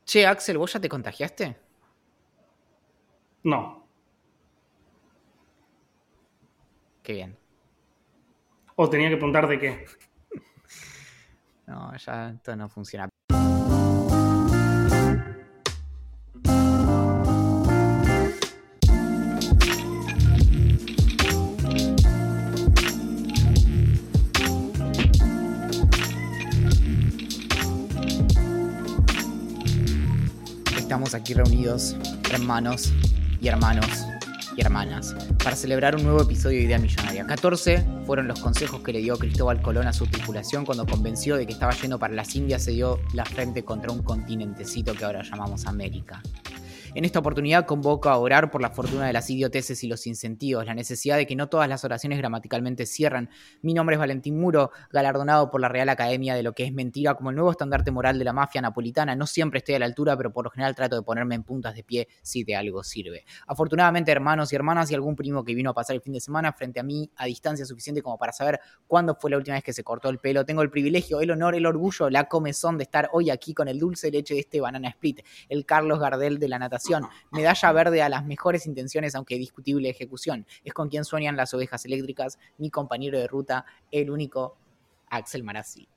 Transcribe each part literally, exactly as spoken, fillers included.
Che, Axel, ¿vos ya te contagiaste? No. Qué bien. O tenía que preguntar de qué. No, ya esto no funciona. Estamos aquí reunidos, hermanos y hermanos y hermanas, para celebrar un nuevo episodio de Idea Millonaria. catorce fueron los consejos que le dio Cristóbal Colón a su tripulación cuando convenció de que estaba yendo para las Indias, se dio la frente contra un continentecito que ahora llamamos América. En esta oportunidad convoco a orar por la fortuna de las idioteces y los sinsentidos, la necesidad de que no todas las oraciones gramaticalmente cierran. Mi nombre es Valentín Muro, galardonado por la Real Academia de lo que es mentira como el nuevo estandarte moral de la mafia napolitana. No siempre estoy a la altura, pero por lo general trato de ponerme en puntas de pie si de algo sirve. Afortunadamente, hermanos y hermanas y algún primo que vino a pasar el fin de semana frente a mí a distancia suficiente como para saber cuándo fue la última vez que se cortó el pelo, tengo el privilegio, el honor, el orgullo, la comezón de estar hoy aquí con el dulce leche de este banana split, el Carlos Gardel de la natación. Medalla verde a las mejores intenciones, aunque discutible ejecución. Es con quien sueñan las ovejas eléctricas, mi compañero de ruta, el único Axel Marazzi.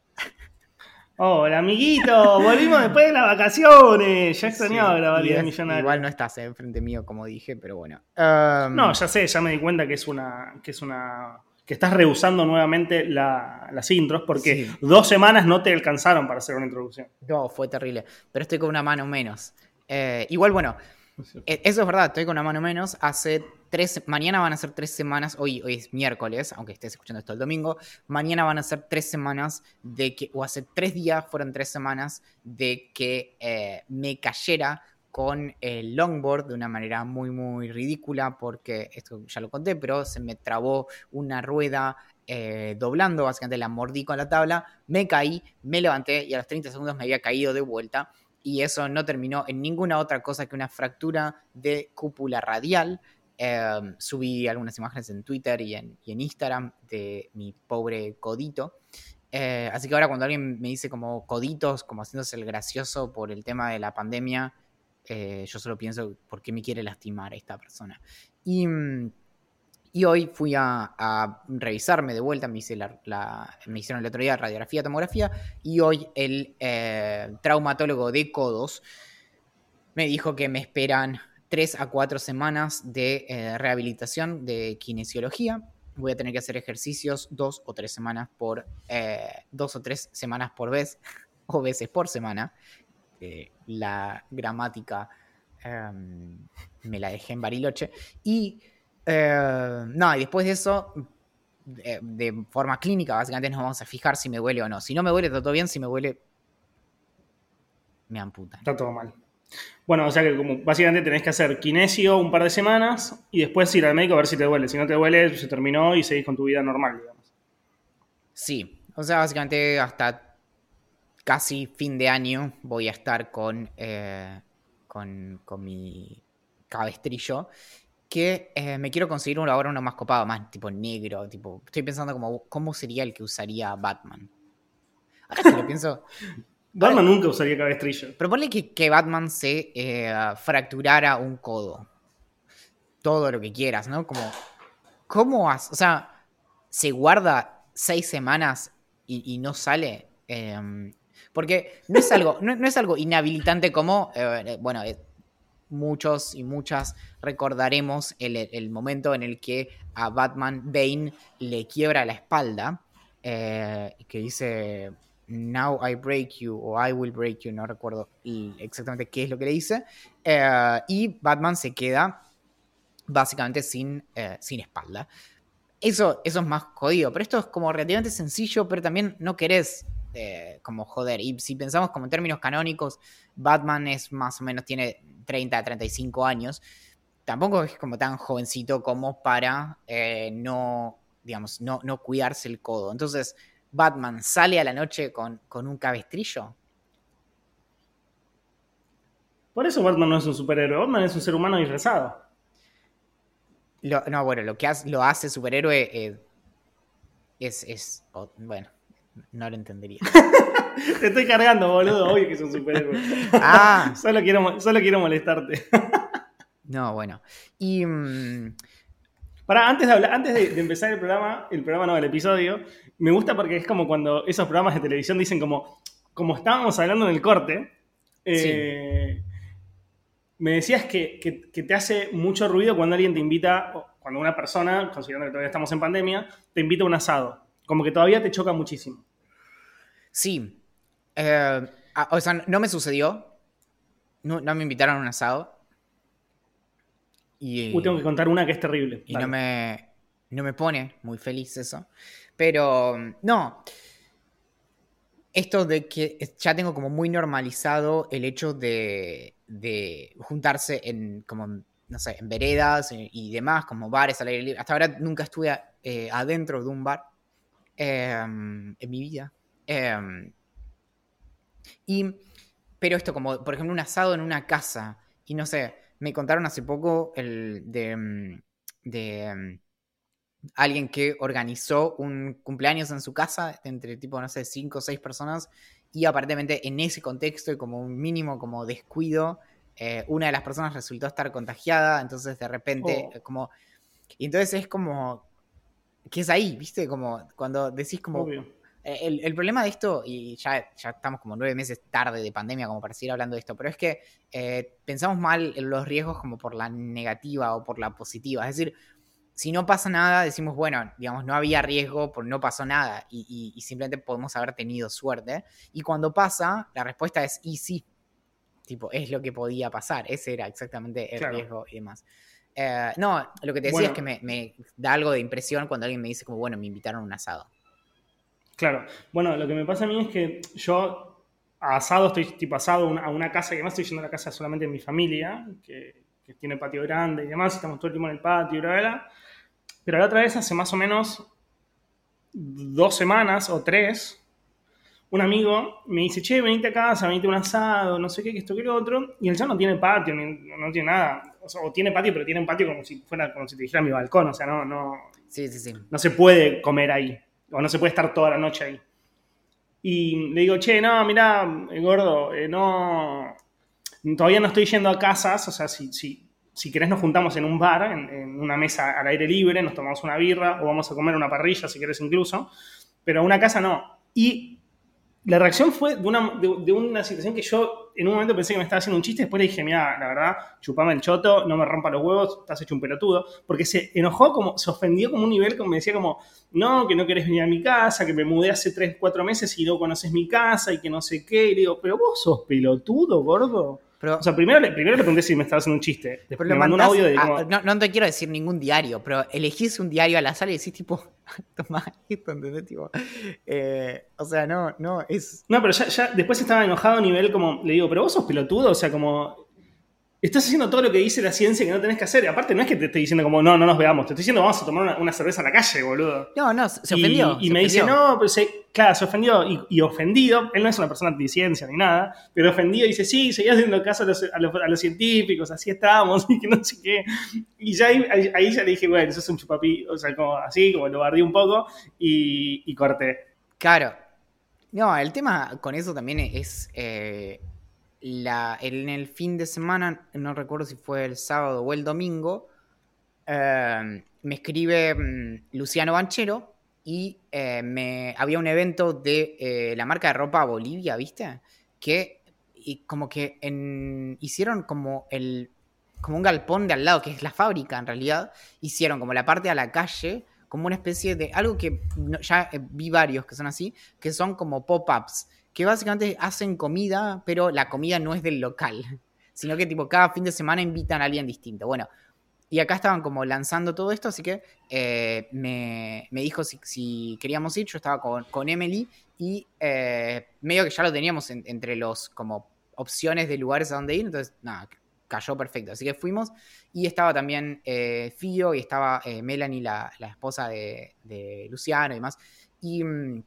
Hola, amiguito, volvimos después de las vacaciones. Ya extrañaba Sí, grabar y Idea es- Millonaria. igual no estás enfrente mío, como dije, pero bueno. Um, No, ya sé, ya me di cuenta que es una. que es una. que estás rehusando nuevamente la- las intros porque Sí. dos semanas no te alcanzaron para hacer una introducción. No, fue terrible, pero estoy con una mano menos. Eh, igual, bueno, eh, eso es verdad, estoy con una mano menos. Hace tres, mañana van a ser tres semanas, hoy, hoy es miércoles, aunque estés escuchando esto el domingo, mañana van a ser tres semanas de que, o hace tres días fueron tres semanas de que eh, me cayera con el longboard de una manera muy, muy ridícula, porque esto ya lo conté, pero se me trabó una rueda eh, doblando, básicamente la mordí con la tabla, me caí, me levanté y a los treinta segundos me había caído de vuelta. Y eso no terminó en ninguna otra cosa que una fractura de cúpula radial. Eh, subí algunas imágenes en Twitter y en, y en Instagram de mi pobre codito. Eh, así que ahora cuando alguien me dice como coditos, como haciéndose el gracioso por el tema de la pandemia, eh, yo solo pienso, ¿por qué me quiere lastimar esta persona? Y... Y hoy fui a, a revisarme de vuelta, me, hice la, la, me hicieron el otro día radiografía, tomografía, y hoy el eh, traumatólogo de codos me dijo que me esperan tres a cuatro semanas de eh, rehabilitación de kinesiología. Voy a tener que hacer ejercicios dos o tres semanas por, eh, dos o tres semanas por vez, o veces por semana. Eh, la gramática eh, me la dejé en Bariloche. Y eh, no, y después de eso, eh, de forma clínica, básicamente nos vamos a fijar si me duele o no. Si no me duele, está todo bien. Si me duele, me amputan. Está todo mal. Bueno, o sea que como básicamente tenés que hacer kinesio un par de semanas y después ir al médico a ver si te duele. Si no te duele, se terminó y seguís con tu vida normal, digamos. Sí, o sea, básicamente hasta casi fin de año voy a estar con, eh, con, con mi cabestrillo. Que eh, me quiero conseguir uno ahora uno más copado, más tipo negro. Tipo, estoy pensando como cómo sería el que usaría Batman. Ahora que lo pienso. Batman Ahora, nunca usaría cabestrillo. proponle que, que Batman se eh, fracturara un codo. Todo lo que quieras, ¿no? Como, ¿cómo hace? O sea, se guarda seis semanas y, y no sale. Eh, porque no es algo, no, no es algo inhabilitante como, eh, bueno, eh, muchos y muchas recordaremos el, el momento en el que a Batman Bane le quiebra la espalda, eh, que dice Now I break you o I will break you, no recuerdo exactamente qué es lo que le dice, eh, y Batman se queda básicamente sin, eh, sin espalda. Eso, eso es más jodido, pero esto es como relativamente sencillo, pero también no querés eh, como joder. Y si pensamos como en términos canónicos, Batman es más o menos, tiene treinta a treinta y cinco años. Tampoco es como tan jovencito como para eh, no, digamos, no, no cuidarse el codo. Entonces, Batman sale a la noche con, con un cabestrillo. Por eso Batman no es un superhéroe. Batman es un ser humano disfrazado. Lo, no, bueno, lo que hace, lo hace superhéroe eh, es, es oh, bueno, no lo entendería. Te estoy cargando, boludo. Obvio que es un superhéroe. Ah. solo, quiero, solo quiero molestarte. No, bueno. Y... Mmm, Pará, antes de hablar, antes de, de empezar el programa, el programa no, el episodio, me gusta porque es como cuando esos programas de televisión dicen como, como estábamos hablando en el corte, eh, sí. Me decías que, que, que te hace mucho ruido cuando alguien te invita, cuando una persona, considerando que todavía estamos en pandemia, te invita a un asado. Como que todavía te choca muchísimo. Sí. Eh, o sea, no me sucedió. No, no me invitaron a un asado. Y, uh, tengo que contar una que es terrible. Y no me, no me pone muy feliz eso. Pero, no. Esto de que ya tengo como muy normalizado el hecho de, de juntarse en, como, no sé, en veredas y demás, como bares al aire libre. Hasta ahora nunca estuve eh, adentro de un bar eh, en mi vida. Eh, y, pero esto, como por ejemplo un asado en una casa. Y no sé, me contaron hace poco el de... de alguien que organizó un cumpleaños en su casa entre tipo, no sé, cinco o seis personas y aparentemente en ese contexto y como un mínimo como descuido, eh, una de las personas resultó estar contagiada, entonces de repente oh. como... Y entonces es como... ¿Qué es ahí? ¿Viste? Como cuando decís como... Obvio. El, el problema de esto, y ya, ya estamos como nueve meses tarde de pandemia como para seguir hablando de esto, pero es que eh, pensamos mal en los riesgos como por la negativa o por la positiva. Es decir, si no pasa nada, decimos, bueno, digamos, no había riesgo, porque no pasó nada y, y, y simplemente podemos haber tenido suerte. Y cuando pasa, la respuesta es, y sí, tipo, es lo que podía pasar. Ese era exactamente el claro. riesgo y demás. Eh, no, lo que te decía bueno, es que me, me da algo de impresión cuando alguien me dice como, bueno, me invitaron a un asado. Claro. Bueno, lo que me pasa a mí es que yo a asado estoy tipo asado a una casa, que además estoy yendo a la casa solamente de mi familia, que, que tiene patio grande y demás, estamos todo el tiempo en el patio, bla, bla, bla. Pero la otra vez, hace más o menos dos semanas o tres, un amigo me dice, che, venite a casa, venite a un asado, no sé qué, que esto, que lo otro, y el ya no tiene patio, ni, no tiene nada. O, sea, o tiene patio, pero tiene un patio como si fuera, como si te dijera mi balcón, o sea, no, no, sí, sí, sí. no se puede comer ahí, o no se puede estar toda la noche ahí. Y le digo, che, no, mirá, gordo, eh, no, todavía no estoy yendo a casas, o sea, si, si, si querés nos juntamos en un bar, en, en una mesa al aire libre, nos tomamos una birra, o vamos a comer una parrilla, si querés incluso, pero a una casa no. Y la reacción fue de una, de, de una situación que yo en un momento pensé que me estaba haciendo un chiste, después le dije, mira, la verdad, chupame el choto, no me rompa los huevos, estás hecho un pelotudo, porque se enojó, como se ofendió como un nivel, como me decía como, no, que no querés venir a mi casa, que me mudé hace tres, cuatro meses y no conoces mi casa y que no sé qué, y le digo, pero vos sos pelotudo, gordo. Pero, o sea, primero, primero le pregunté si me estaba haciendo un chiste. Después le mandó un audio de como... a, no, no te quiero decir ningún diario, pero elegís un diario a la sala y decís tipo, toma esto, ¿entendés? Tipo, eh, o sea, no, no, es... No, pero ya, ya después estaba enojado a nivel como, le digo, pero vos sos pelotudo, o sea, como... Estás haciendo todo lo que dice la ciencia que no tenés que hacer. Y aparte no es que te estoy diciendo como, no, no nos veamos. Te estoy diciendo, vamos a tomar una, una cerveza a la calle, boludo. No, no, se ofendió. Y, y se me ofendió. dice, no, pero se, claro, se ofendió. Y, y ofendido, él no es una persona de ciencia ni nada, pero ofendido dice, sí, seguí haciendo caso a los, a los, a los científicos, así estamos, y que no sé qué. Y ya ahí, ahí, ahí ya le dije, bueno, eso es un chupapí, o sea, como así, como lo bardí un poco y, y corté. Claro. No, el tema con eso también es... Eh... La, en el fin de semana, no recuerdo si fue el sábado o el domingo, eh, me escribe um, Luciano Banchero y eh, me, había un evento de eh, la marca de ropa Bolivia, ¿viste? Que y como que en, hicieron como el como un galpón de al lado, que es la fábrica en realidad, hicieron como la parte a la calle, como una especie de algo que no, ya eh, vi varios que son así, que son como pop-ups, que básicamente hacen comida, pero la comida no es del local, sino que tipo cada fin de semana invitan a alguien distinto. Bueno, y acá estaban como lanzando todo esto, así que eh, me, me dijo si, si queríamos ir, yo estaba con, con Emily y eh, medio que ya lo teníamos en, entre los como opciones de lugares a donde ir, entonces nada, cayó perfecto. Así que fuimos y estaba también eh, Fío y estaba eh, Melanie, la, la esposa de, de Luciano y demás. Y...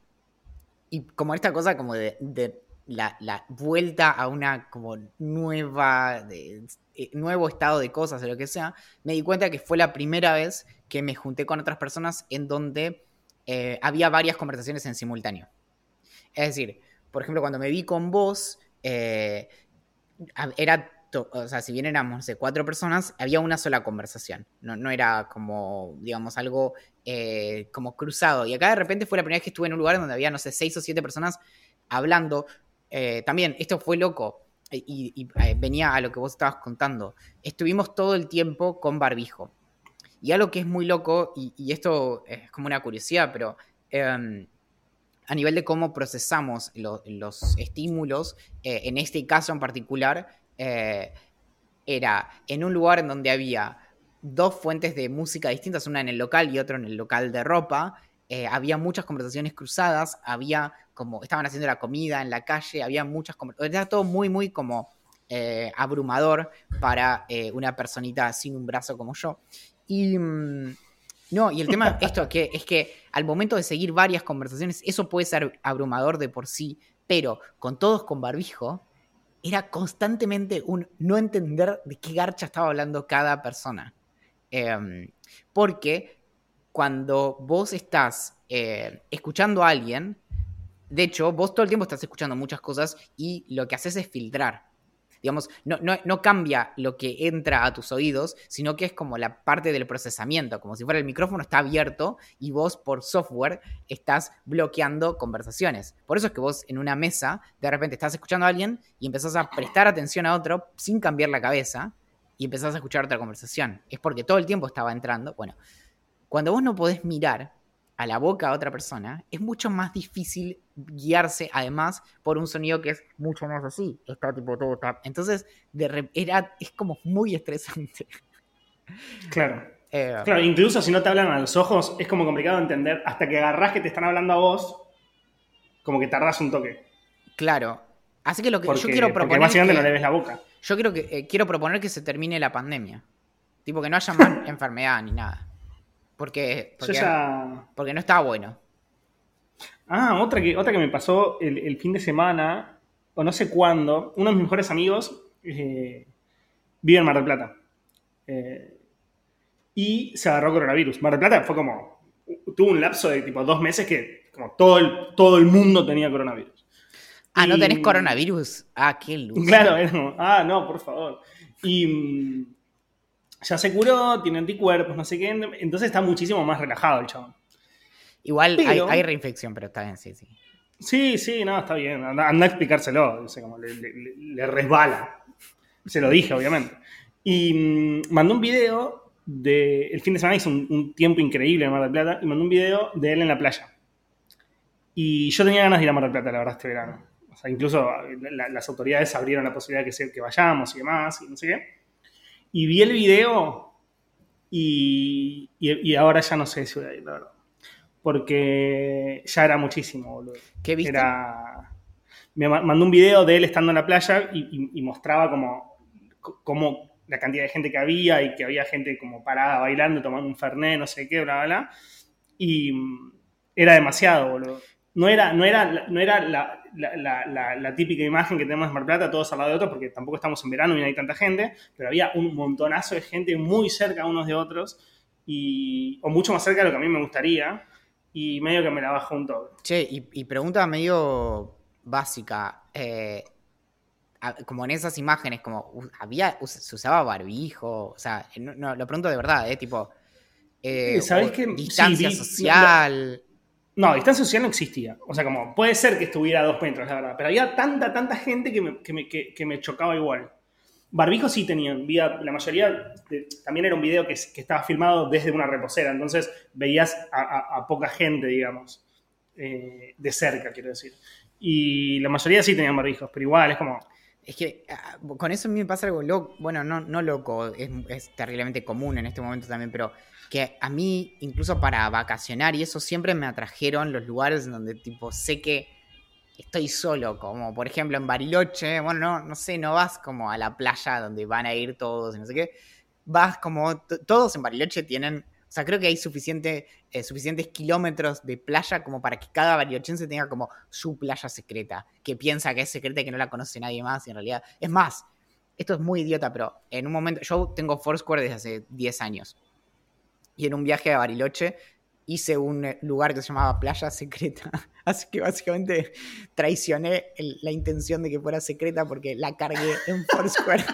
Y como esta cosa como de, de la, la vuelta a una como nueva, de, de, nuevo estado de cosas o lo que sea, me di cuenta que fue la primera vez que me junté con otras personas en donde eh, había varias conversaciones en simultáneo. Es decir, por ejemplo, cuando me vi con vos, eh, era, to- o sea, si bien éramos, no sé, cuatro personas, había una sola conversación. No, no era como, digamos, algo eh, como cruzado. Y acá de repente fue la primera vez que estuve en un lugar donde había, no sé, seis o siete personas hablando. Eh, también, esto fue loco. Y, y eh, venía a lo que vos estabas contando. Estuvimos todo el tiempo con barbijo. Y algo que es muy loco, y, y esto es como una curiosidad, pero eh, a nivel de cómo procesamos lo, los estímulos, eh, en este caso en particular, eh, era en un lugar en donde había dos fuentes de música distintas, una en el local y otra en el local de ropa. Eh, había muchas conversaciones cruzadas, había como, estaban haciendo la comida en la calle, había muchas conversaciones, era todo muy, muy como eh, abrumador para eh, una personita sin un brazo como yo. Y mmm, no, y el tema esto que, es que al momento de seguir varias conversaciones, eso puede ser abrumador de por sí, pero con todos con barbijo, era constantemente un no entender de qué garcha estaba hablando cada persona. Eh, porque cuando vos estás eh, escuchando a alguien, de hecho, vos todo el tiempo estás escuchando muchas cosas y lo que haces es filtrar. Digamos, no, no, no cambia lo que entra a tus oídos, sino que es como la parte del procesamiento, como si fuera el micrófono está abierto y vos por software estás bloqueando conversaciones. Por eso es que vos en una mesa de repente estás escuchando a alguien y empezás a prestar atención a otro sin cambiar la cabeza y empezás a escuchar otra conversación. Es porque todo el tiempo estaba entrando. Bueno, cuando vos no podés mirar a la boca a otra persona, es mucho más difícil guiarse, además, por un sonido que es mucho más así. Está tipo todo tap. Entonces, de re- era, es como muy estresante. Claro. Eh, Claro, incluso si no te hablan a los ojos, es como complicado de entender. Hasta que agarrás que te están hablando a vos, como que tardás un toque. claro. Así que lo que Porque, yo quiero porque proponer es básicamente que, no le ves la boca. yo creo que eh, quiero proponer que se termine la pandemia. Tipo que no haya más enfermedad ni nada. Porque, Yo porque, ya... porque no está bueno. Ah, otra que, otra que me pasó el, el fin de semana, o no sé cuándo, uno de mis mejores amigos eh, vive en Mar del Plata. Eh, y se agarró coronavirus. Mar del Plata fue como... Tuvo un lapso de tipo dos meses que como todo el, todo el mundo tenía coronavirus. Ah, ¿no tenés Y, coronavirus? Ah, qué loser. claro, era como, ah, no, por favor. Y mm, ya se curó, tiene anticuerpos, no sé qué, entonces está muchísimo más relajado el chabón. Igual hay, Pero, hay reinfección, pero está bien, sí, sí. sí, sí, no, está bien, anda, anda a explicárselo, o sea, como le, le- le resbala. Se lo dije, obviamente. Y mm, mandó un video de, el fin de semana hizo un, un tiempo increíble en Mar del Plata, y mandó un video de él en la playa. Y yo tenía ganas de ir a Mar del Plata, la verdad, este verano. O sea, incluso la- las autoridades abrieron la posibilidad de que, se- que vayamos y demás, y no sé qué. Y vi el video y, y, y ahora ya no sé si voy a ir, la verdad. Porque ya era muchísimo, boludo. ¿Qué viste? Era... Me ma- mandó un video de él estando en la playa y, y- y mostraba como, como la cantidad de gente que había y que había gente como parada bailando, tomando un fernet, no sé qué, bla, bla, bla. Y mm, era demasiado, boludo. No era, no era, no era la, la, la, la, la típica imagen que tenemos en Mar del Plata, todos al lado de otros, porque tampoco estamos en verano y no hay tanta gente, pero había un montonazo de gente muy cerca unos de otros, y, o mucho más cerca de lo que a mí me gustaría, y medio que me la bajó un toque. Che, y, y pregunta medio básica. eh, a- como en esas imágenes, como u- había, us- se usaba barbijo, o sea, no, no, lo pregunto de verdad, ¿eh? Tipo, eh, Eh, o ¿Sabés qué? Sí, distancia vi... No, no, social. no, distancia social no existía. O sea, como puede ser que estuviera a dos metros, la verdad, pero había tanta, tanta gente que me, que me, que, que me chocaba igual. Barbijo sí tenían, vi a- la mayoría, de- también era un video que, que estaba filmado desde una reposera, entonces veías a, a- a poca gente, digamos, eh, de cerca, quiero decir. Y la mayoría sí tenían barbijos, pero igual es como, Es que ah, con eso a mí me pasa algo loco, bueno, no, no loco, es, es terriblemente común en este momento también, pero que a mí, incluso para vacacionar y eso, siempre me atrajeron los lugares en donde tipo sé que estoy solo, como por ejemplo en Bariloche, bueno, no, no sé, no vas como a la playa donde van a ir todos y no sé qué, vas como, t- todos en Bariloche tienen, o sea, creo que hay suficiente, eh, suficientes kilómetros de playa como para que cada barilochense tenga como su playa secreta, que piensa que es secreta y que no la conoce nadie más, y en realidad, es más, esto es muy idiota, pero en un momento, yo tengo Foursquare desde hace diez años, y en un viaje a Bariloche hice un eh, lugar que se llamaba Playa Secreta. Así que básicamente traicioné el- la intención de que fuera secreta porque la cargué en Foursquare.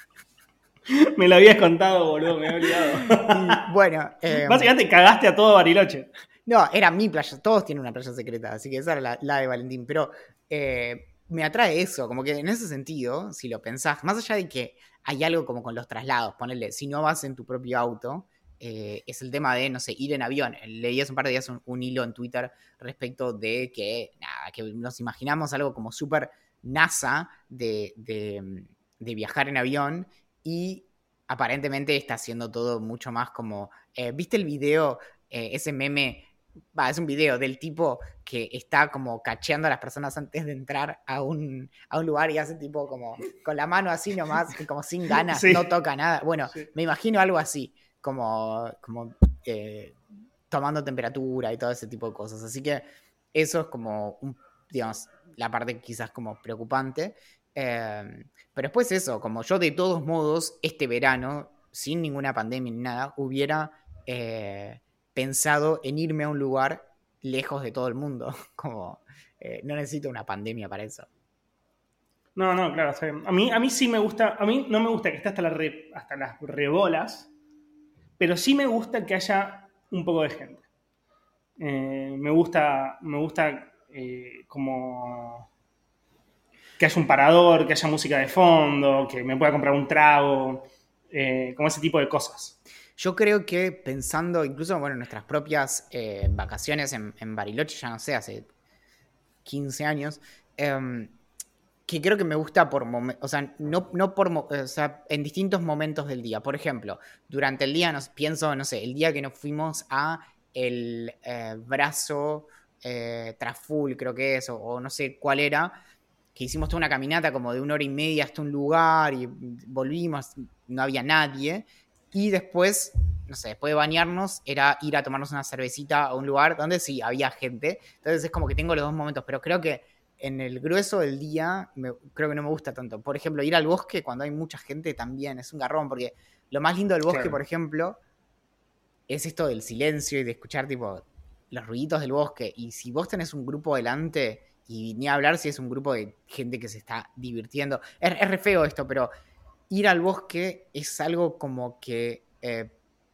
Me lo habías contado, boludo, me había olvidado. Y bueno, eh, Básicamente cagaste a todo Bariloche. no, era mi playa. Todos tienen una playa secreta, así que esa era la, la de Valentín. Pero eh, me atrae eso, como que en ese sentido, si lo pensás, más allá de que hay algo como con los traslados, ponele, si no vas en tu propio auto, eh, es el tema de, no sé, ir en avión. Leí hace un par de días un, un hilo en Twitter respecto de que, nada, que nos imaginamos algo como súper NASA de, de, de viajar en avión y aparentemente está haciendo todo mucho más como... eh, ¿viste el video, eh, ese meme? Va, es un video del tipo que está como cacheando a las personas antes de entrar a un, a un lugar y hace tipo como con la mano así nomás, y como sin ganas, Sí. no toca nada. Bueno, Sí. me imagino algo así, como, como eh, tomando temperatura y todo ese tipo de cosas. Así que eso es como, un, digamos, la parte quizás como preocupante. Eh, pero después eso, como yo de todos modos, este verano, sin ninguna pandemia ni nada, hubiera... Eh, pensado en irme a un lugar lejos de todo el mundo. Como eh, no necesito una pandemia para eso. No, no, claro, está bien. A mí, a mí sí me gusta, a mí no me gusta que esté hasta, la re- hasta las rebolas, pero sí me gusta que haya un poco de gente. Eh, me gusta, me gusta eh, como que haya un parador, que haya música de fondo, que me pueda comprar un trago, eh, como ese tipo de cosas. Yo creo que pensando, incluso bueno, en nuestras propias eh, vacaciones en, en Bariloche, ya no sé, hace quince años, eh, que creo que me gusta por momentos, o sea, no, no por, o sea, en distintos momentos del día. Por ejemplo, durante el día nos pienso, no sé, el día que nos fuimos a el eh, brazo eh, Traful, creo que es, o, o no sé cuál era, que hicimos toda una caminata como de una hora y media hasta un lugar y volvimos, no había nadie. Y después, no sé, después de bañarnos, era ir a tomarnos una cervecita a un lugar donde sí, había gente. Entonces es como que tengo los dos momentos, pero creo que en el grueso del día me, creo que no me gusta tanto. Por ejemplo, ir al bosque cuando hay mucha gente también es un garrón, porque lo más lindo del bosque, Claro. por ejemplo, es esto del silencio y de escuchar tipo los ruiditos del bosque. Y si vos tenés un grupo delante, y ni hablar si es un grupo de gente que se está divirtiendo. Es, es re feo esto, pero ir al bosque es algo como que eh,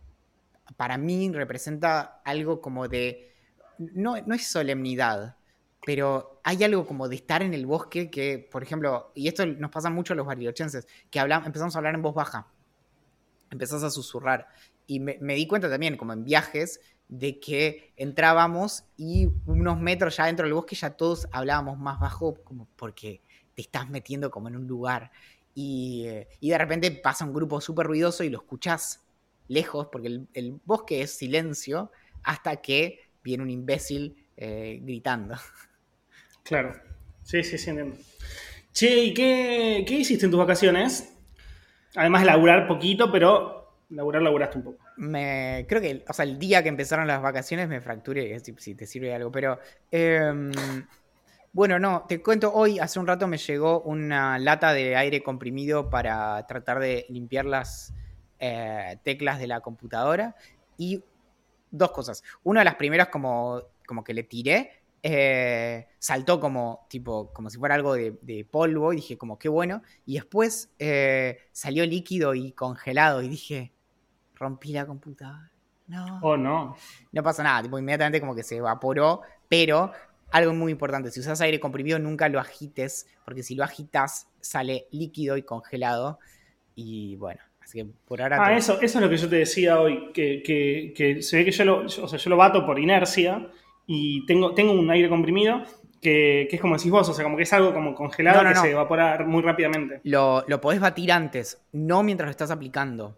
para mí representa algo como de... No, no es solemnidad, pero hay algo como de estar en el bosque que, por ejemplo, y esto nos pasa mucho a los barilochenses, que hablamos, empezamos a hablar en voz baja, empezás a susurrar. Y me, me di cuenta también, como en viajes, de que entrábamos y unos metros ya dentro del bosque ya todos hablábamos más bajo, como porque te estás metiendo como en un lugar. Y, y de repente pasa un grupo súper ruidoso y lo escuchás lejos, porque el, el bosque es silencio, hasta que viene un imbécil eh, gritando. Claro. Sí, sí, sí, entiendo. Che, ¿y qué, qué hiciste en tus vacaciones? Además de laburar poquito, pero laburar, laburaste un poco. Me, creo que, o sea, el día que empezaron las vacaciones me fracturé, si, si te sirve de algo, pero eh, bueno, no, te cuento, hoy hace un rato me llegó una lata de aire comprimido para tratar de limpiar las eh, teclas de la computadora y dos cosas. Una de las primeras como, como que le tiré, eh, saltó como, tipo, como si fuera algo de, de polvo y dije como qué bueno, y después eh, salió líquido y congelado y dije... rompí la computadora. No. Oh, no. No pasa nada, tipo, inmediatamente como que se evaporó, pero algo muy importante, si usas aire comprimido nunca lo agites, porque si lo agitas sale líquido y congelado, y bueno, así que por ahora... Ah, Todo. eso, eso es lo que yo te decía hoy, que, que, que se ve que yo lo, yo, o sea, yo lo bato por inercia y tengo, tengo un aire comprimido que, que es como decís vos, o sea, como que es algo como congelado No, no, que no. se evapora muy rápidamente. Lo, lo podés batir antes, no mientras lo estás aplicando.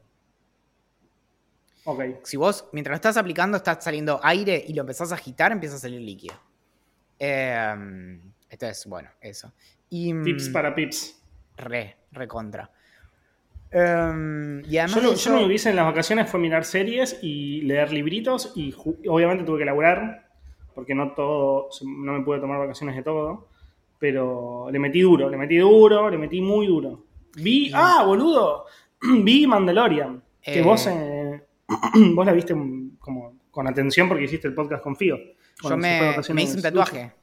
Ok. Si vos, mientras lo estás aplicando, estás saliendo aire y lo empezás a agitar, empieza a salir líquido. Eh, entonces, bueno, eso. Y, Tips para pips. Re, re contra. Um, y además Yo lo, eso, yo lo que hice en las vacaciones fue mirar series y leer libritos y obviamente tuve que laburar porque no todo, no me pude tomar vacaciones de todo, pero le metí duro, le metí duro, le metí muy duro. Vi, y, ah, boludo, vi Mandalorian, que eh, vos, eh, vos la viste como con atención porque hiciste el podcast con Fío. Yo me, me hice un tatuaje.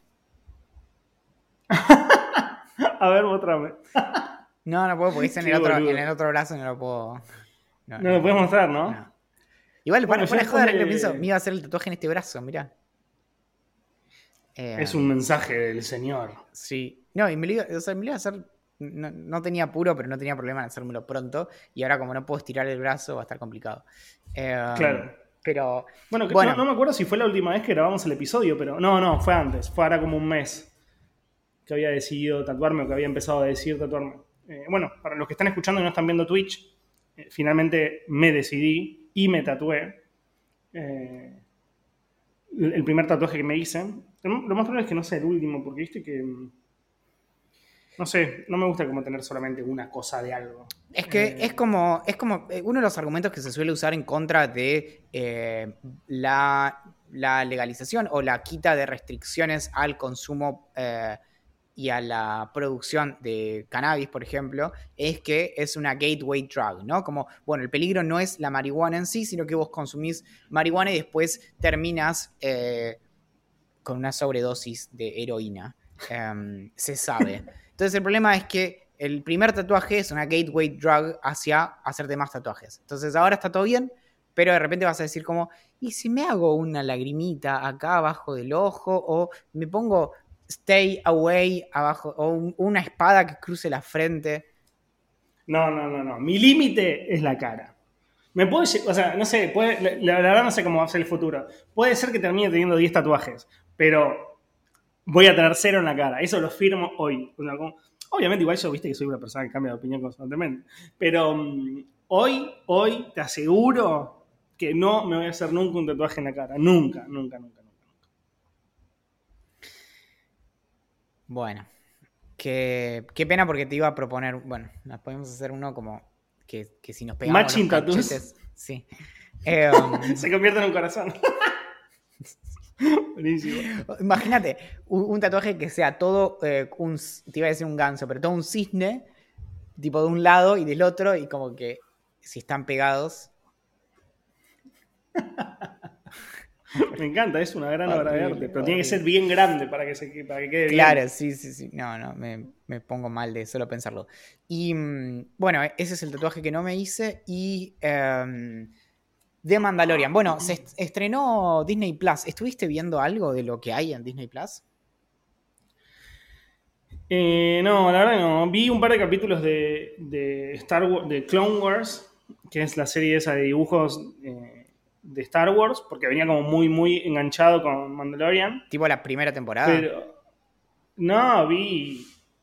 A ver, mostrame. No, no puedo porque es en el, otro, en el otro brazo y no lo puedo. No, no, no lo puedes mostrar, ¿no? no. Igual, bueno, para joder, que pienso, me iba a hacer el tatuaje en este brazo, mirá. Eh, es un mensaje del Señor. Sí. No, y me lo iba, o sea, me lo iba a hacer. No, no tenía apuro, pero no tenía problema en hacérmelo pronto. Y ahora, como no puedo estirar el brazo, va a estar complicado. Eh, claro. Pero. Bueno, bueno. No, no me acuerdo si fue la última vez que grabamos el episodio, pero. No, no, fue antes. Fue ahora como un mes que había decidido tatuarme o que había empezado a decir tatuarme. Eh, bueno, para los que están escuchando y no están viendo Twitch, eh, finalmente me decidí y me tatué. Eh, el primer tatuaje que me hice. Lo más probable es que no sea el último, porque viste que. No sé, no me gusta como tener solamente una cosa de algo. Es que eh, es como. Es como uno de los argumentos que se suele usar en contra de eh, la, la legalización o la quita de restricciones al consumo eh, y a la producción de cannabis, por ejemplo, es que es una gateway drug, ¿no? Como, bueno, el peligro no es la marihuana en sí, sino que vos consumís marihuana y después terminas eh, con una sobredosis de heroína. Um, se sabe. Entonces el problema es que el primer tatuaje es una gateway drug hacia hacerte más tatuajes. Entonces ahora está todo bien, pero de repente vas a decir como, ¿y si me hago una lagrimita acá abajo del ojo? O me pongo stay away abajo, o un, una espada que cruce la frente. No, no, no, no. Mi límite es la cara. Me puede, o sea, no sé, puede, la, la verdad no sé cómo va a ser el futuro. Puede ser que termine teniendo diez tatuajes, pero voy a tener cero en la cara. Eso lo firmo hoy. O sea, como, obviamente, igual yo viste que soy una persona que cambia de opinión constantemente. Pero um, hoy, hoy te aseguro que no me voy a hacer nunca un tatuaje en la cara. Nunca, nunca, nunca. Bueno, qué, qué pena porque te iba a proponer, bueno, nos podemos hacer uno como que, que si nos pegamos Matching los cachetes, sí. Eh, um, se convierte en un corazón. Buenísimo. Imagínate, un, un tatuaje que sea todo, eh, un, te iba a decir un ganso, pero todo un cisne, tipo de un lado y del otro, y como que si están pegados. Me encanta, es una gran obra de arte, pero horrible. Tiene que ser bien grande para que, se, para que quede bien. Claro, sí, sí, sí. No, no, me, me pongo mal de solo pensarlo. Y bueno, ese es el tatuaje que no me hice. Y um, de Mandalorian. Bueno, se est- estrenó Disney Plus. ¿Estuviste viendo algo de lo que hay en Disney Plus? Eh, no, la verdad no. Vi un par de capítulos de, de Star Wars, de Clone Wars, que es la serie esa de dibujos eh, de Star Wars, porque venía como muy, muy enganchado con Mandalorian. ¿Tipo la primera temporada? Pero no, vi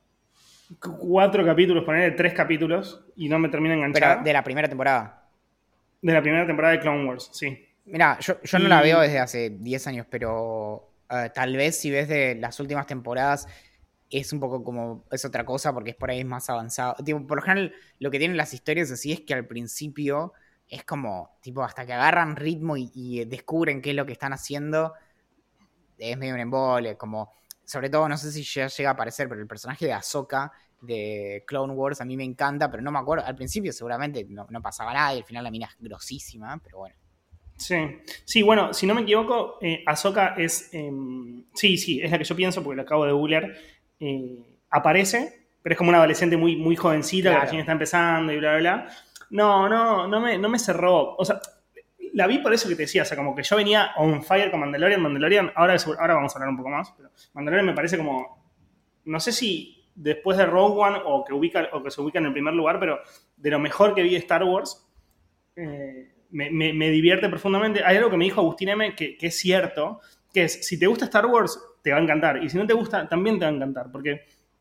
cuatro capítulos, ponerle tres capítulos, y no me termina de enganchar. Pero de la primera temporada. De la primera temporada de Clone Wars, sí. Mirá, yo, yo no y... la veo desde hace diez años, pero uh, tal vez si ves de las últimas temporadas es un poco como, es otra cosa porque es por ahí más avanzado. Tipo, por lo general, lo que tienen las historias así es que al principio es como, tipo, hasta que agarran ritmo y, y descubren qué es lo que están haciendo, es medio un embole, como, sobre todo, no sé si ya llega a aparecer, pero el personaje de Ahsoka de Clone Wars a mí me encanta, pero no me acuerdo, al principio seguramente no, no pasaba nada y al final la mina es grosísima, pero bueno. Sí, sí, bueno, si no me equivoco, eh, Ahsoka es, eh, sí, sí, es la que yo pienso porque lo acabo de googlear, eh, aparece, pero es como una adolescente muy, muy jovencita, claro, que recién está empezando y bla, bla, bla. No, no, no me, no me cerró. O sea, la vi por eso que te decía. O sea, como que yo venía on fire con Mandalorian. Mandalorian, ahora, ahora vamos a hablar un poco más. Pero Mandalorian me parece como. No sé si después de Rogue One o que, ubica, o que se ubica en el primer lugar, pero de lo mejor que vi de Star Wars. Eh, me, me, me divierte profundamente. Hay algo que me dijo Agustín M. Que, que es cierto. Que es: si te gusta Star Wars, te va a encantar. Y si no te gusta, también te va a encantar. Porque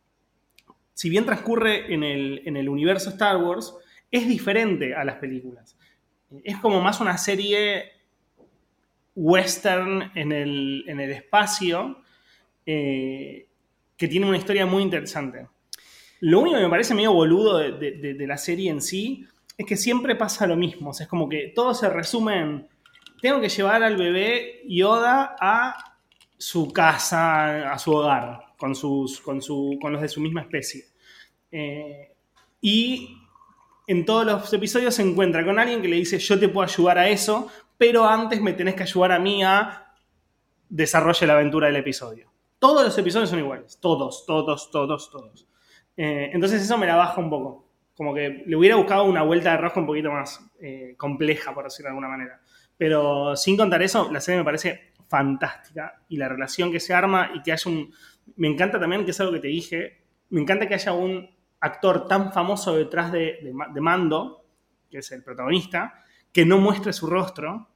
si bien transcurre en el, en el universo Star Wars, es diferente a las películas. Es como más una serie western en el, en el espacio eh, que tiene una historia muy interesante. Lo único que me parece medio boludo de, de, de la serie en sí es que siempre pasa lo mismo. O sea, es como que todo se resume en: tengo que llevar al bebé Yoda a su casa, a su hogar, con, sus, con, su, con los de su misma especie. Eh, y en todos los episodios se encuentra con alguien que le dice: yo te puedo ayudar a eso, pero antes me tenés que ayudar a mí a desarrollar la aventura del episodio. Todos los episodios son iguales, todos, todos, todos, todos. Eh, entonces eso me la baja un poco. Como que le hubiera buscado una vuelta de rosca un poquito más eh, compleja, por decirlo de alguna manera. Pero sin contar eso, la serie me parece fantástica. Y la relación que se arma y que haya un... Me encanta también, que es algo que te dije, me encanta que haya un actor tan famoso detrás de, de, de Mando, que es el protagonista, que no muestre su rostro.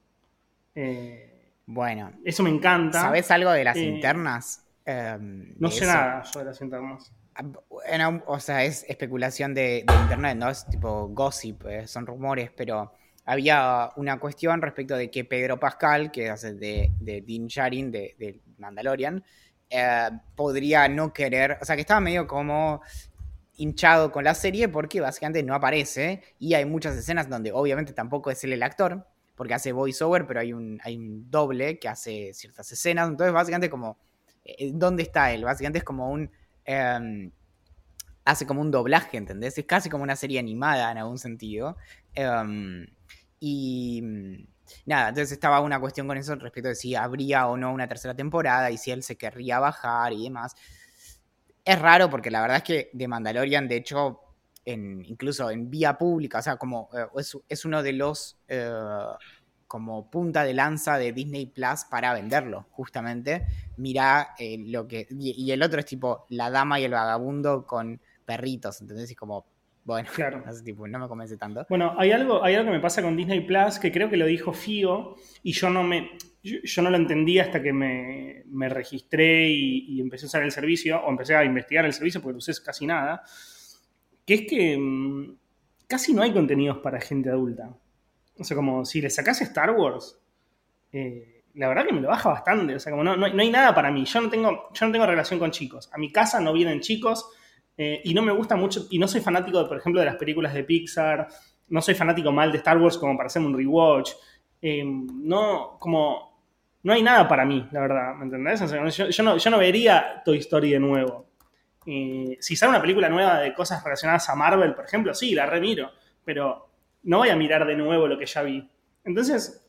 Eh, bueno. Eso me encanta. ¿Sabés algo de las eh, internas? Um, no de sé eso. nada yo de las internas. Bueno, o sea, es especulación de, de internet, ¿no? Es tipo gossip, eh, son rumores, pero había una cuestión respecto de que Pedro Pascal, que hace de, de Din Djarin, de, de Mandalorian, eh, podría no querer, o sea, que estaba medio como hinchado con la serie porque básicamente no aparece y hay muchas escenas donde obviamente tampoco es él el actor, porque hace voiceover, pero hay un, hay un doble que hace ciertas escenas, entonces básicamente como, eh, ¿dónde está él? Básicamente es como un... Um, hace como un doblaje, ¿entendés? Es casi como una serie animada en algún sentido. Um, y nada, entonces estaba una cuestión con eso respecto de si habría o no una tercera temporada y si él se querría bajar y demás. Es raro porque la verdad es que The Mandalorian, de hecho, en, incluso en vía pública, o sea, como eh, es, es uno de los... Eh, como punta de lanza de Disney Plus para venderlo, justamente. Mirá eh, lo que... Y, y el otro es tipo La Dama y el Vagabundo con perritos, ¿entendés? Y como, bueno, Claro. no sé, tipo, no me convence tanto. Bueno, hay algo, hay algo que me pasa con Disney Plus que creo que lo dijo Fío y yo no me... Yo, yo no lo entendí hasta que me, me registré y, y empecé a usar el servicio, o empecé a investigar el servicio porque no usé casi nada, que es que mmm, casi no hay contenidos para gente adulta. O sea, como si le sacás Star Wars, eh, la verdad que me lo baja bastante. O sea, como no, no, hay, no hay nada para mí. Yo no, tengo, yo no tengo relación con chicos. A mi casa no vienen chicos eh, y no me gusta mucho, y no soy fanático, de, por ejemplo, de las películas de Pixar. No soy fanático mal de Star Wars como para hacerme un rewatch. Eh, no, como... No hay nada para mí, la verdad, ¿me entendés? O sea, yo, yo, no, yo no vería Toy Story de nuevo. Eh, si sale una película nueva de cosas relacionadas a Marvel, por ejemplo, sí, la remiro. Pero no voy a mirar de nuevo lo que ya vi. Entonces,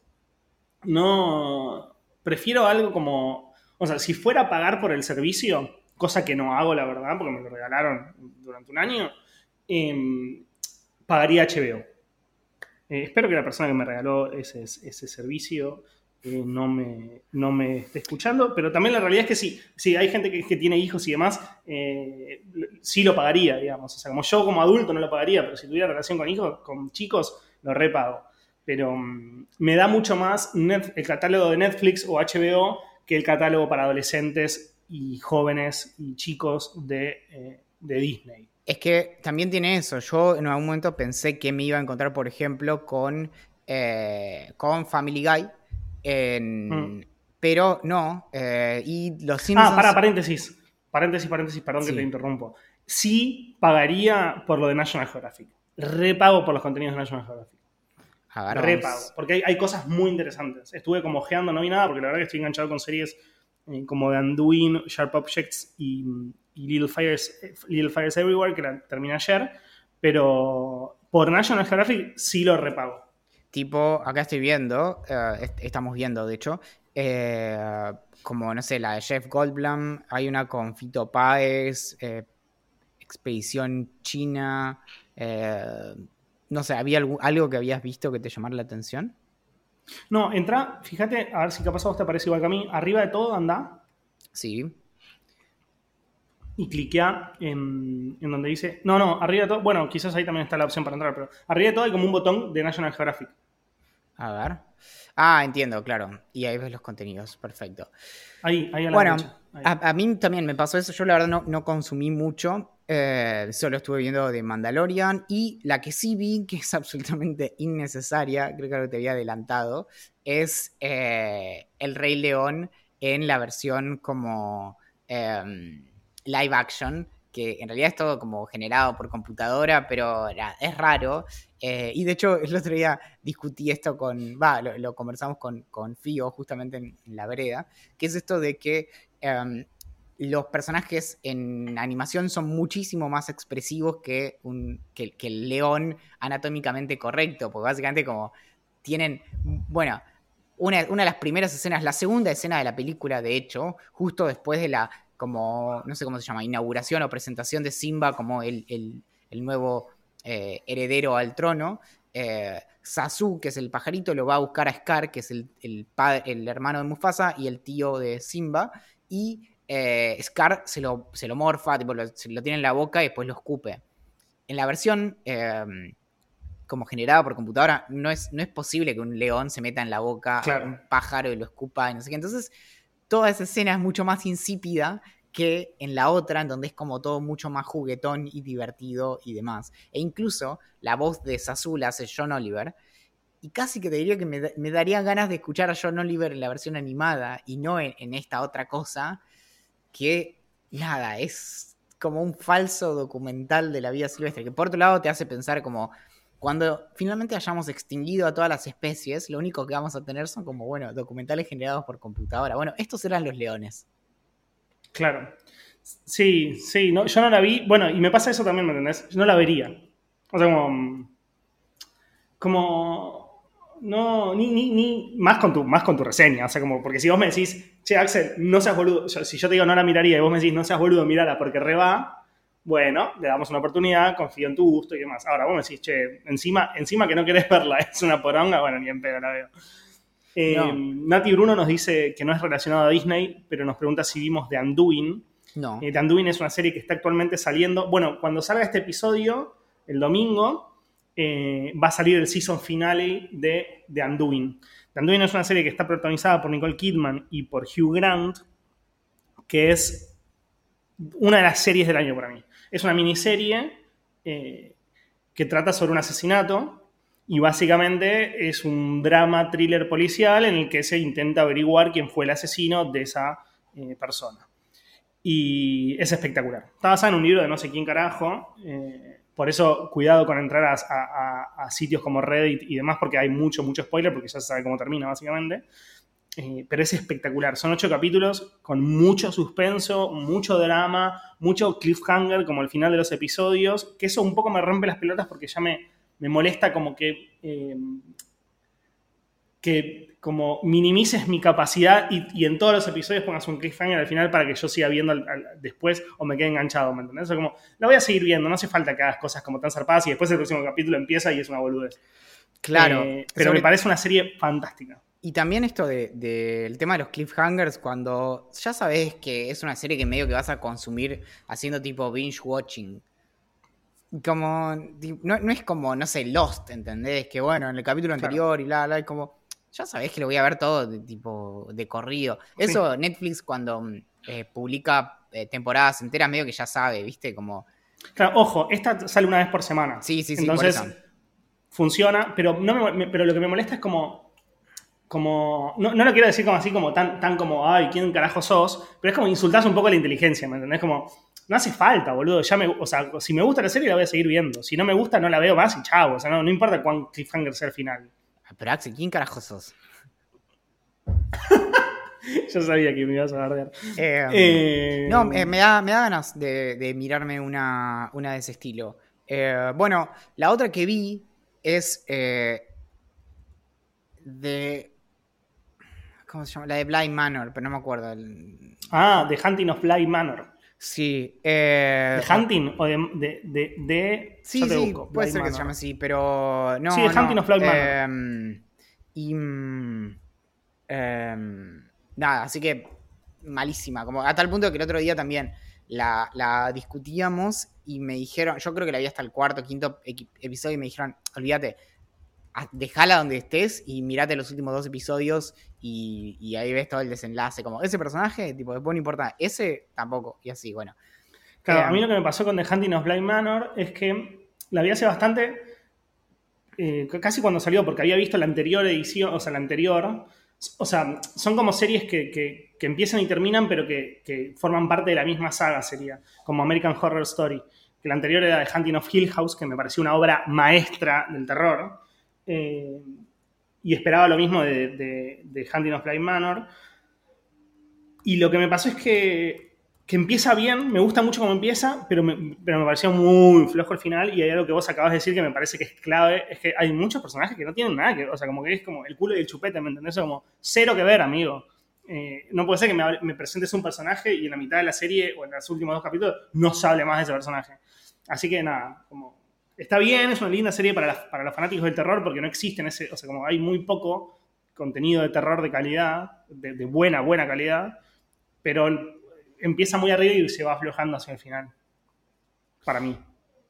no... Prefiero algo como... O sea, si fuera a pagar por el servicio, cosa que no hago, la verdad, porque me lo regalaron durante un año, eh, pagaría H B O. Eh, espero que la persona que me regaló ese, ese servicio eh, no, me, no me esté escuchando, pero también la realidad es que sí, sí hay gente que, que tiene hijos y demás, eh, sí lo pagaría, digamos. O sea, como yo como adulto no lo pagaría, pero si tuviera relación con hijos, con chicos, lo repago. Pero um, me da mucho más net, el catálogo de Netflix o H B O que el catálogo para adolescentes y jóvenes y chicos de, eh, de Disney. Es que también tiene eso. Yo en algún momento pensé que me iba a encontrar, por ejemplo, con, eh, con Family Guy. En... Mm. Pero no. Eh, y los Simpsons... Ah, para, paréntesis. Paréntesis, paréntesis, perdón sí. que te interrumpo. Sí pagaría por lo de National Geographic. Repago por los contenidos de National Geographic. A ver, Repago. Porque hay, hay cosas muy interesantes. Estuve como ojeando, no vi nada, porque la verdad que estoy enganchado con series eh, como de Anduin, Sharp Objects y... y Little Fires, Little Fires Everywhere, que la terminé ayer, pero por National Geographic sí lo repago. Tipo, acá estoy viendo, uh, est- estamos viendo, de hecho, eh, como, no sé, la de Jeff Goldblum, hay una con Fito Páez, eh, Expedición China, eh, no sé, ¿había algo, algo que habías visto que te llamara la atención? No, entra, fíjate, a ver si capaz a vos te parece igual que a mí, arriba de todo anda. Sí. Y cliquea en, en donde dice... No, no, arriba de todo... Bueno, quizás ahí también está la opción para entrar, pero arriba de todo hay como un botón de National Geographic. A ver. Ah, entiendo, claro. Y ahí ves los contenidos, perfecto. Ahí, ahí a la bueno, derecha. Ahí. A, a mí también me pasó eso. Yo la verdad no, no consumí mucho. Eh, solo estuve viendo de Mandalorian. Y la que sí vi, que es absolutamente innecesaria, creo que algo que te había adelantado, es eh, El Rey León en la versión como... Eh, live action, que en realidad es todo como generado por computadora, pero es raro. Eh, y de hecho, el otro día discutí esto con, va, lo, lo conversamos con, con Fío justamente en, en la vereda, que es esto de que um, los personajes en animación son muchísimo más expresivos que, un, que, que el león anatómicamente correcto, porque básicamente como tienen, bueno... una, una de las primeras escenas, la segunda escena de la película, de hecho, justo después de la, como, no sé cómo se llama, inauguración o presentación de Simba como el, el, el nuevo eh, heredero al trono, eh, Zazu, que es el pajarito, lo va a buscar a Scar, que es el, el, padre, el hermano de Mufasa y el tío de Simba, y eh, Scar se lo, se lo morfa, tipo, lo, se lo tiene en la boca y después lo escupe. En la versión eh, como generada por computadora, no es, no es posible que un león se meta en la boca Claro. a un pájaro y lo escupa y no sé qué. Entonces, toda esa escena es mucho más insípida que en la otra, en donde es como todo mucho más juguetón y divertido y demás. E incluso la voz de Zazu la hace John Oliver. Y casi que te diría que me, me daría ganas de escuchar a John Oliver en la versión animada y no en, en esta otra cosa que, nada, es como un falso documental de la vida silvestre, que por otro lado te hace pensar como cuando finalmente hayamos extinguido a todas las especies, lo único que vamos a tener son como, bueno, documentales generados por computadora. Bueno, estos eran los leones. Claro. Sí, sí, no, yo no la vi. Bueno, y me pasa eso también, ¿me entendés? Yo no la vería. O sea, como. Como. No, ni, ni, ni. Más con tu, más con tu reseña. O sea, como. Porque si vos me decís, che, Axel, no seas boludo. Yo, si yo te digo no la miraría y vos me decís, no seas boludo, mirala porque re va. Bueno, le damos una oportunidad, confío en tu gusto y demás. Ahora, vos me decís, che, encima, encima que no querés verla, es una poronga. Bueno, ni en pedo la veo. Eh, No. Nati Bruno nos dice que no es relacionado a Disney, pero nos pregunta si vimos The Undoing. No. Eh, The Undoing es una serie que está actualmente saliendo. Bueno, cuando salga este episodio, el domingo, eh, va a salir el season finale de The Undoing. The Undoing es una serie que está protagonizada por Nicole Kidman y por Hugh Grant, que es una de las series del año para mí. Es una miniserie eh, que trata sobre un asesinato. Y básicamente es un drama thriller policial en el que se intenta averiguar quién fue el asesino de esa eh, persona. Y es espectacular. Está basada en un libro de no sé quién carajo. Eh, por eso, cuidado con entrar a, a, a sitios como Reddit y demás, porque hay mucho, mucho spoiler, porque ya se sabe cómo termina, básicamente. Eh, pero es espectacular. Son ocho capítulos con mucho suspenso, mucho drama, mucho cliffhanger, como el final de los episodios. Que eso un poco me rompe las pelotas porque ya me... me molesta como que, eh, que como minimices mi capacidad y, y en todos los episodios pongas un cliffhanger al final para que yo siga viendo al, al, después o me quede enganchado, ¿me entendés? O sea, como, la voy a seguir viendo, no hace falta que hagas cosas como tan zarpadas y después el próximo capítulo empieza y es una boludez. Claro. Eh, pero sobre... me parece una serie fantástica. Y también esto del de, de tema de los cliffhangers, cuando ya sabes que es una serie que medio que vas a consumir haciendo tipo binge watching. Como, no, no es como, no sé, Lost, ¿entendés? Que bueno, en el capítulo anterior claro. y la, la, como, ya sabés que lo voy a ver todo de tipo de corrido. Eso sí. Netflix cuando eh, publica eh, temporadas enteras medio que ya sabe, ¿viste? Como... Claro, ojo, esta sale una vez por semana. Sí, sí, sí. Entonces, por eso. funciona, pero, no me, pero lo que me molesta es como... como no, no lo quiero decir como así, como tan, tan como, ay, ¿quién carajo sos? Pero es como insultás un poco la inteligencia, ¿me entendés? Como... no hace falta, boludo. Ya me, o sea, si me gusta la serie la voy a seguir viendo. Si no me gusta, no la veo más y chao. O sea, no, no importa cuán cliffhanger sea el final. Pero Axel, ¿quién carajo sos? Yo sabía que me ibas a bardear. Eh, eh, no, eh, me, da, me da ganas de, de mirarme una, una de ese estilo. Eh, bueno, la otra que vi es eh, de... ¿Cómo se llama? La de Bly Manor, pero no me acuerdo. El... Ah, The Hunting of Bly Manor. Sí. Eh, ¿The Hunting o de...? de, de, de... Sí, sí, busco, puede Bly ser Manor. Que se llame así, pero... No, sí, The no, Hunting of Bly Manor. Eh, y... Eh, nada, así que malísima. Como a tal punto que el otro día también la, la discutíamos y me dijeron... Yo creo que la vi hasta el cuarto, quinto episodio y me dijeron, olvídate, dejala donde estés y mirate los últimos dos episodios y, y ahí ves todo el desenlace. Como ese personaje, tipo, después no importa, ese tampoco, y así, bueno. Claro, eh, a mí lo que me pasó con The Hunting of Bly Manor es que la vi hace bastante, eh, casi cuando salió, porque había visto la anterior edición, o sea, la anterior. O sea, son como series que, que, que empiezan y terminan, pero que, que forman parte de la misma saga, sería, como American Horror Story. Que la anterior era The Hunting of Hill House, que me pareció una obra maestra del terror. Eh, y esperaba lo mismo de, de, de Hunting of Bly Manor. Y lo que me pasó es que, que empieza bien, me gusta mucho cómo empieza, pero me, pero me pareció muy flojo el final, y hay algo que vos acabas de decir que me parece que es clave, es que hay muchos personajes que no tienen nada que ver, o sea, como que es como el culo y el chupete, ¿me entendés? Como cero que ver, amigo. Eh, no puede ser que me, me presentes un personaje y en la mitad de la serie, o en los últimos dos capítulos, no se hable más de ese personaje. Así que nada, como está bien, es una linda serie para, la, para los fanáticos del terror, porque no existen ese, o sea, como hay muy poco contenido de terror de calidad, de, de buena, buena calidad, pero empieza muy arriba y se va aflojando hacia el final. Para mí.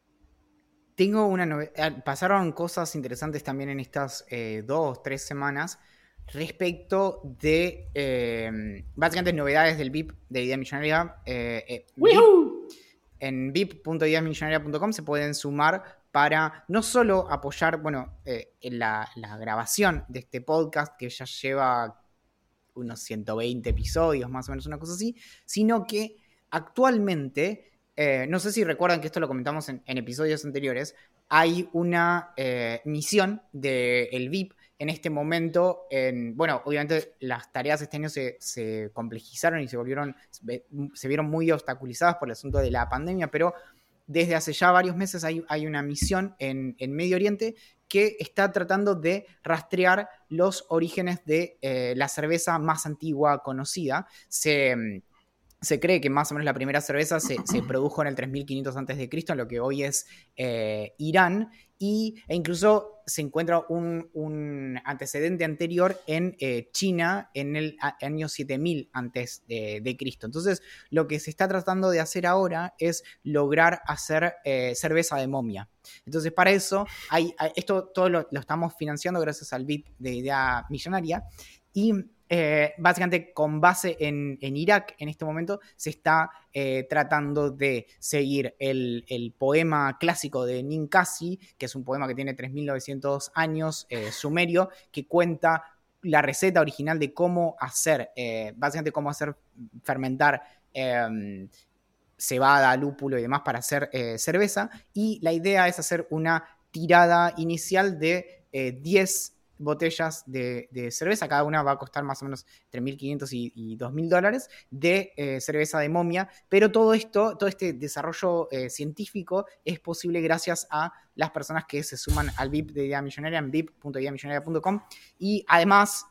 Tengo una novedad. Pasaron cosas interesantes también en estas eh, dos, tres semanas respecto de eh, básicamente novedades del V I P de Idea Millonaria. Eh, eh, V I P, en v i p punto idea millonaria punto com se pueden sumar para no solo apoyar, bueno, eh, la, la grabación de este podcast que ya lleva unos ciento veinte episodios, más o menos una cosa así, sino que actualmente, eh, no sé si recuerdan que esto lo comentamos en, en episodios anteriores, hay una eh, misión del V I P en este momento. En, bueno, obviamente las tareas este año se, se complejizaron y se volvieron, se vieron muy obstaculizadas por el asunto de la pandemia, pero desde hace ya varios meses hay, hay una misión en, en Medio Oriente que está tratando de rastrear los orígenes de eh, la cerveza más antigua conocida. Se, se cree que más o menos la primera cerveza se, se produjo en el tres mil quinientos antes de Cristo, en lo que hoy es eh, Irán, y, e incluso se encuentra un, un antecedente anterior en eh, China en el a, año siete mil antes de, de Cristo. Entonces, lo que se está tratando de hacer ahora es lograr hacer eh, cerveza de momia. Entonces, para eso, hay, hay, esto todo lo, lo estamos financiando gracias al V I P de Idea Millonaria, y eh, básicamente con base en, en Irak en este momento se está eh, tratando de seguir el, el poema clásico de Ninkasi, que es un poema que tiene tres mil novecientos años, eh, sumerio, que cuenta la receta original de cómo hacer, eh, básicamente cómo hacer fermentar eh, cebada, lúpulo y demás para hacer eh, cerveza, y la idea es hacer una tirada inicial de eh, diez botellas de, de cerveza, cada una va a costar más o menos entre mil quinientos y, y dos mil dólares de eh, cerveza de momia, pero todo esto, todo este desarrollo eh, científico es posible gracias a las personas que se suman al V I P de Idea Millonaria en v i p punto idea millonaria punto com, y además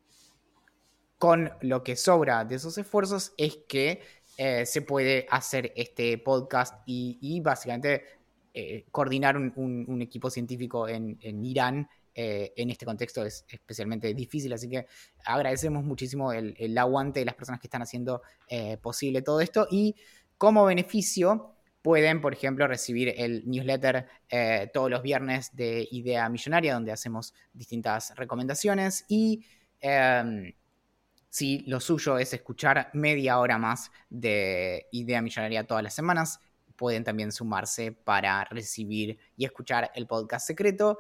con lo que sobra de esos esfuerzos es que eh, se puede hacer este podcast y, y básicamente eh, coordinar un, un, un equipo científico en, en Irán. Eh, en este contexto es especialmente difícil, así que agradecemos muchísimo el, el aguante de las personas que están haciendo eh, posible todo esto, y como beneficio pueden, por ejemplo, recibir el newsletter eh, todos los viernes de Idea Millonaria, donde hacemos distintas recomendaciones, y eh, si lo suyo es escuchar media hora más de Idea Millonaria todas las semanas, pueden también sumarse para recibir y escuchar el podcast secreto.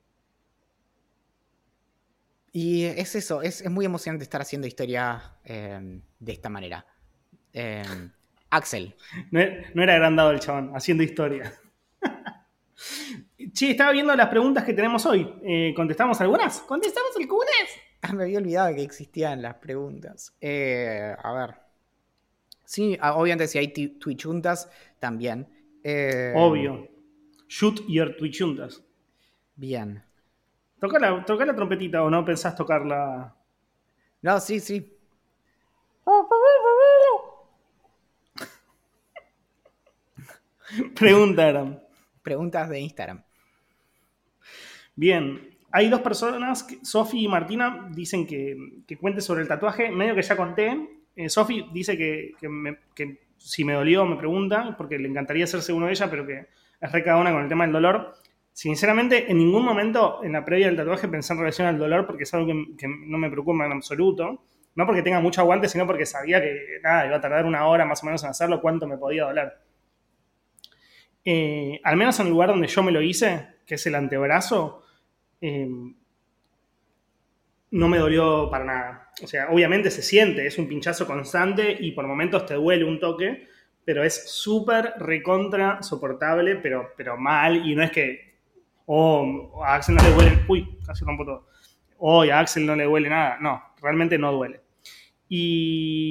Y es eso, es, es muy emocionante estar haciendo historia eh, de esta manera. Eh, Axel. No, no era agrandado el chabón, haciendo historia. Che, estaba viendo las preguntas que tenemos hoy. Eh, ¿Contestamos algunas? ¿Contestamos algunas? Ah, me había olvidado que existían las preguntas. Eh, a ver. Sí, obviamente si hay Twitchuntas, también. Eh, Obvio. Shoot your Twitchuntas. Bien. Toca la, toca la trompetita, ¿o no pensás tocarla? No, sí, sí. Pregunta, Aram. Preguntas de Instagram. Bien. Hay dos personas, Sofi y Martina, dicen que, que cuente sobre el tatuaje. Medio que ya conté. Eh, Sofi dice que, que, me, que si me dolió me pregunta, porque le encantaría hacerse uno de ella, pero que es re cada una con el tema del dolor. Sinceramente, en ningún momento en la previa del tatuaje pensé en relación al dolor, porque es algo que, que no me preocupa en absoluto. No porque tenga mucho aguante, sino porque sabía que nada, iba a tardar una hora más o menos en hacerlo, cuánto me podía doler. Eh, al menos en el lugar donde yo me lo hice, que es el antebrazo, eh, no me dolió para nada. O sea, obviamente se siente, es un pinchazo constante y por momentos te duele un toque, pero es súper recontra soportable, pero, pero mal, y no es que o a Axel no le duele, uy, casi rompo todo, o a Axel no le duele nada, no, realmente no duele. Y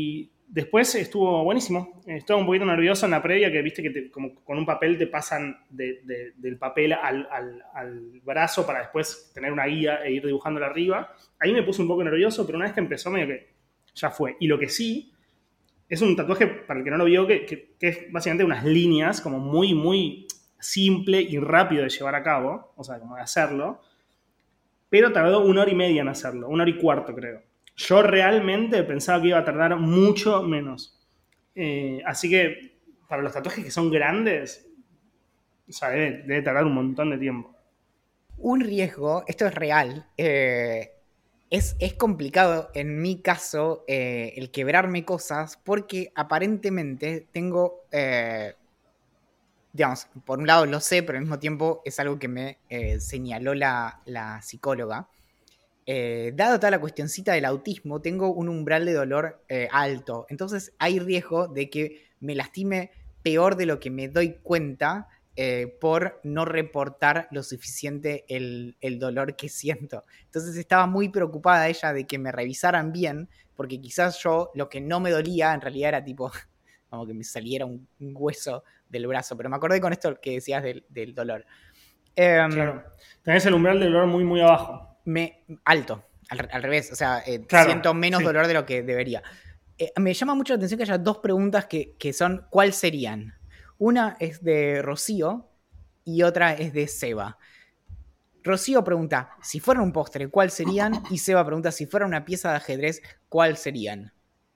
después estuvo buenísimo. Estaba un poquito nervioso en la previa, que viste que te, como con un papel te pasan de, de, del papel al, al, al brazo para después tener una guía e ir dibujándola arriba. Ahí me puse un poco nervioso, pero una vez que empezó medio que ya fue. Y lo que sí, es un tatuaje, para el que no lo vio, que, que, que es básicamente unas líneas como muy, muy simple y rápido de llevar a cabo, o sea, como de hacerlo, pero tardó una hora y media en hacerlo, una hora y cuarto creo. Yo realmente pensaba que iba a tardar mucho menos. Eh, así que para los tatuajes que son grandes, o sea, debe, debe tardar un montón de tiempo. Un riesgo, esto es real, eh, es, es complicado en mi caso eh, el quebrarme cosas porque aparentemente tengo, eh, digamos, por un lado lo sé, pero al mismo tiempo es algo que me eh, señaló la, la psicóloga. Eh, dado toda la cuestioncita del autismo, tengo un umbral de dolor eh, alto. Entonces hay riesgo de que me lastime peor de lo que me doy cuenta eh, por no reportar lo suficiente el, el dolor que siento. Entonces estaba muy preocupada ella de que me revisaran bien, porque quizás yo lo que no me dolía en realidad era tipo como que me saliera un, un hueso del brazo. Pero me acordé con esto que decías del, del dolor. Eh, Claro. Tenés el umbral del dolor muy, muy abajo. Me, alto, al, al revés, o sea, eh, Claro, siento menos sí. dolor de lo que debería. Eh, me llama mucho la atención que haya dos preguntas que, que son ¿cuál serían? Una es de Rocío y otra es de Seba. Rocío pregunta, si fueran un postre, ¿cuál serían? Y Seba pregunta, si fuera una pieza de ajedrez, ¿cuál serían?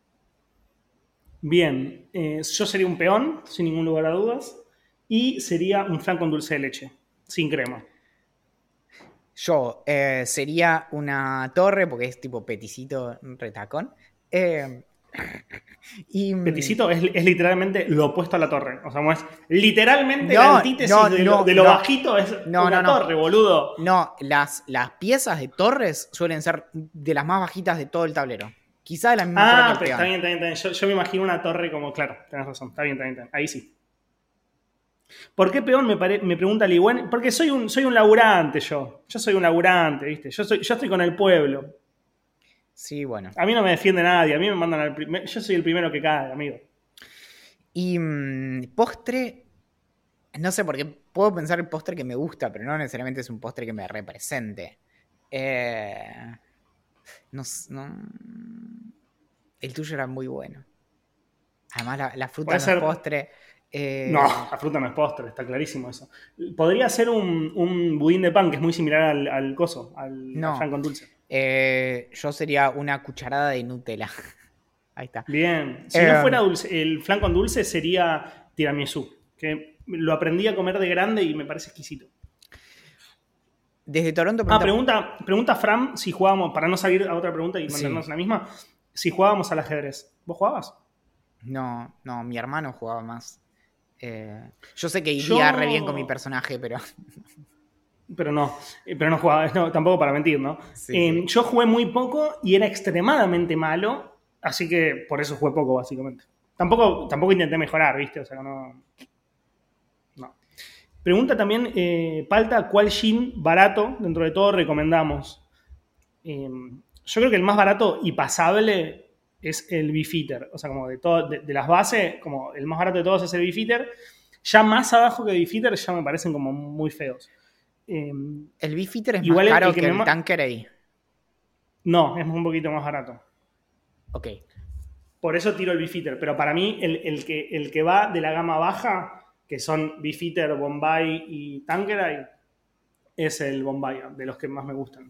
Bien, eh, yo sería un peón, sin ningún lugar a dudas, y sería un flan con dulce de leche, sin crema. Yo eh, sería una torre, porque es tipo peticito retacón. Eh, y, Peticito es, es literalmente lo opuesto a la torre. O sea, como es literalmente No, la antítesis no, de, no, lo, de lo no. bajito es No, una no, no. torre, boludo. No, las, las piezas de torres suelen ser de las más bajitas de todo el tablero. Quizá de la misma altura que Ah, el pero está peón. bien, está bien, está bien. Yo, yo me imagino una torre como, claro, tenés razón, está bien, está bien, está bien. Ahí sí. ¿Por qué peón? Me, pare- me pregunta Ligüen. Porque soy un, soy un laburante yo. Yo soy un laburante, ¿viste? Yo, soy, yo estoy con el pueblo. Sí, bueno. A mí no me defiende nadie, a mí me mandan al primer... Yo soy el primero que cae, amigo. Y mmm, postre, no sé, porque puedo pensar el postre que me gusta, pero no necesariamente es un postre que me represente. Eh, no, no, el tuyo era muy bueno. Además, la, la fruta Puede no es ser... postre. No, Eh, la fruta no es postre, está clarísimo eso. Podría ser un, un budín de pan, que es muy similar al, al coso, al, al flan no. con dulce. Eh, yo sería una cucharada de Nutella. Ahí está. Bien. Si no Eh, fuera dulce, el flan con dulce sería tiramisú, que lo aprendí a comer de grande y me parece exquisito. desde Toronto Ah, pregunta. pregunta, pregunta Fran si jugábamos, para no salir a otra pregunta y mantenernos Sí. en la misma, si jugábamos al ajedrez. ¿Vos jugabas? No, no, mi hermano jugaba más. Eh, yo sé que iría re bien con mi Yo... personaje, pero. Pero no, eh, pero no jugaba, no, tampoco para mentir, ¿no? Sí, Eh, sí. yo jugué muy poco y era extremadamente malo, así que por eso jugué poco, básicamente. Tampoco, tampoco intenté mejorar, ¿viste? O sea, no. No. Pregunta también, eh, Palta, ¿cuál gin barato, dentro de todo, recomendamos? Eh, yo creo que el más barato y pasable es el Beefeater. O sea, como de, todo, de, de las bases, como el más barato de todos es el Beefeater. Ya más abajo que Beefeater ya me parecen como muy feos. Eh, El Beefeater es más igual el, caro el que, que, que me el ma- Tanqueray. No, es un poquito más barato. Ok. Por eso tiro el Beefeater. Pero para mí, el, el que, el que va de la gama baja, que son Beefeater, Bombay y Tanqueray, es el Bombay, de los que más me gustan.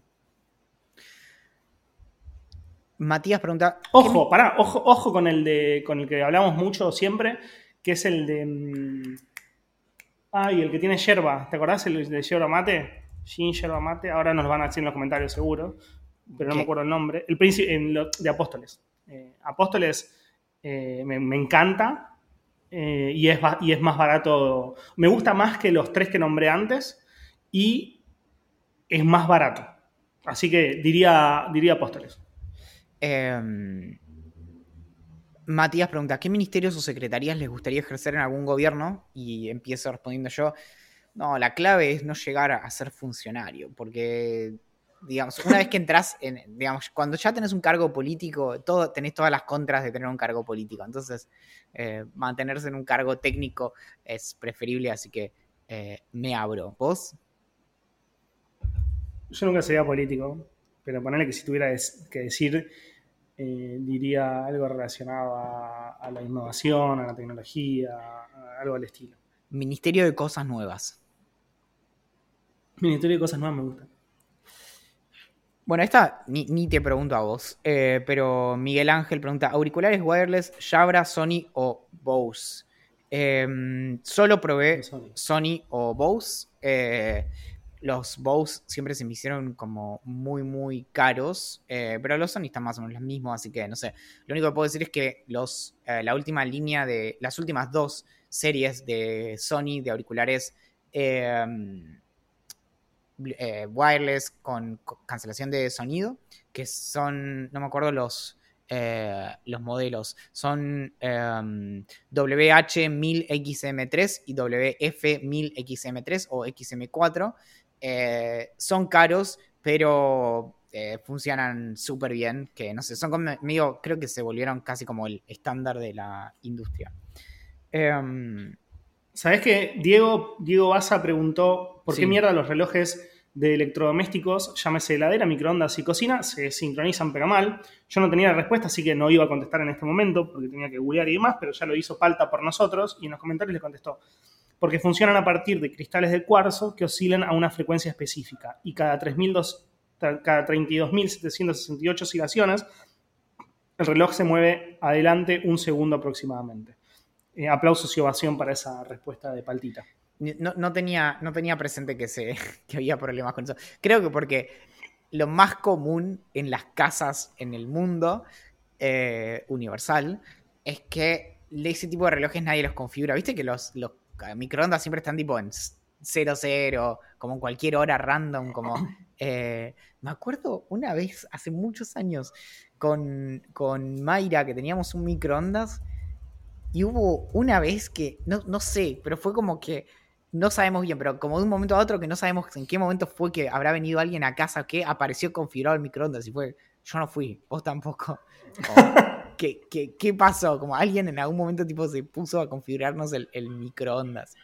Matías pregunta. ¿qué Ojo, mi- pará, ojo, ojo con el de. Con el que hablamos mucho siempre, que es el de. mm, Ay, el que tiene yerba. ¿Te acordás el de yerba mate? Gin yerba mate. Ahora nos van a decir en los comentarios seguro. Pero no me qué? acuerdo el nombre. El príncipe en lo- de Apóstoles. Eh, Apóstoles eh, me, me encanta. eh, y, es, ba- y es más barato. Me gusta más que los tres que nombré antes. Y es más barato. Así que diría, diría Apóstoles. Em, Matías pregunta: ¿qué ministerios o secretarías les gustaría ejercer en algún gobierno? Y empiezo respondiendo yo. No, la clave es no llegar a ser funcionario, porque digamos, una vez que entras, en, digamos, cuando ya tenés un cargo político, todo, tenés todas las contras de tener un cargo político. Entonces, eh, mantenerse en un cargo técnico es preferible, así que eh, me abro. ¿Vos? Yo nunca sería político, pero ponerle que si tuviera que decir, eh, diría algo relacionado a, a la innovación, a la tecnología, a algo del estilo. Ministerio de Cosas Nuevas. Ministerio de Cosas Nuevas me gusta. Bueno, esta ni, ni te pregunto a vos, eh, pero Miguel Ángel pregunta, ¿auriculares wireless, Jabra, Sony o Bose? Eh, solo probé Sony. Sony o Bose. Eh, los Bose siempre se me hicieron como muy, muy caros, eh, pero los Sony están más o menos los mismos, así que no sé. Lo único que puedo decir es que los, eh, la última línea de, las últimas dos series de Sony de auriculares eh, eh, wireless con, con cancelación de sonido, que son, no me acuerdo los, eh, los modelos, son eh, W H mil X M tres y W F mil X M tres o X M cuatro. Eh, son caros, pero eh, funcionan súper bien, que no sé, son como medio, creo que se volvieron casi como el estándar de la industria. Eh, ¿Sabés qué? Diego, Diego Baza preguntó por Sí. qué mierda los relojes de electrodomésticos, llámese heladera, microondas y cocina, se sincronizan pero mal. Yo no tenía la respuesta, así que no iba a contestar en este momento porque tenía que googlear y demás, pero ya lo hizo Palta por nosotros y en los comentarios le contestó. Porque funcionan a partir de cristales de cuarzo que oscilan a una frecuencia específica y cada, tres mil dos, cada treinta y dos mil setecientas sesenta y ocho oscilaciones el reloj se mueve adelante un segundo aproximadamente. Eh, aplausos y ovación para esa respuesta de Paltita. No, no, tenía, no tenía presente que, se, que había problemas con eso. Creo que porque lo más común en las casas en el mundo eh, universal es que ese tipo de relojes nadie los configura. ¿Viste que los, los microondas siempre están tipo en cero cero, como en cualquier hora random? Como, eh, me acuerdo una vez, hace muchos años, con, con Mayra, que teníamos un microondas. Y hubo una vez que, no, no sé, pero fue como que, no sabemos bien, pero como de un momento a otro que no sabemos en qué momento fue que habrá venido alguien a casa que apareció configurado el microondas y fue, yo no fui, vos tampoco. O, ¿qué, qué, ¿Qué pasó? Como alguien en algún momento tipo se puso a configurarnos el, el microondas.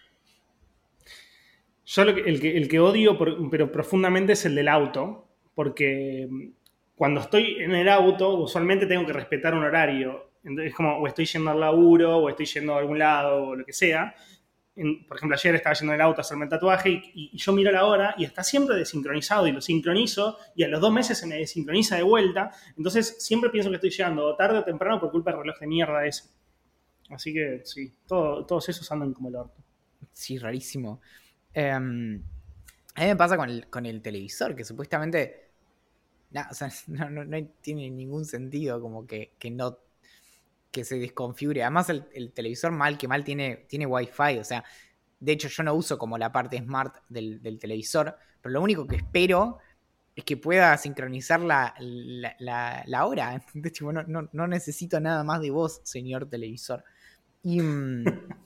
Yo lo que, el, que, el que odio, por, pero profundamente, es el del auto, porque cuando estoy en el auto, usualmente tengo que respetar un horario. Entonces, es como, o estoy yendo al laburo, o estoy yendo a algún lado, o lo que sea. En, por ejemplo, ayer estaba yendo en el auto a hacerme el tatuaje y, y yo miro la hora y está siempre desincronizado y lo sincronizo y a los dos meses se me desincroniza de vuelta. Entonces, siempre pienso que estoy llegando o tarde o temprano por culpa del reloj de mierda ese. Así que, sí, todo, todos esos andan como el orto. Sí, rarísimo. Eh, a mí me pasa con el, con el televisor, que supuestamente nah, o sea, no, no, no tiene ningún sentido como que, que no que se desconfigure. Además el, el televisor mal que mal tiene, tiene Wi-Fi, o sea, de hecho yo no uso como la parte smart del, del televisor, pero lo único que espero es que pueda sincronizar la, la, la, la hora. Entonces, tipo, no, no, no necesito nada más de vos, señor televisor. Y... Mm,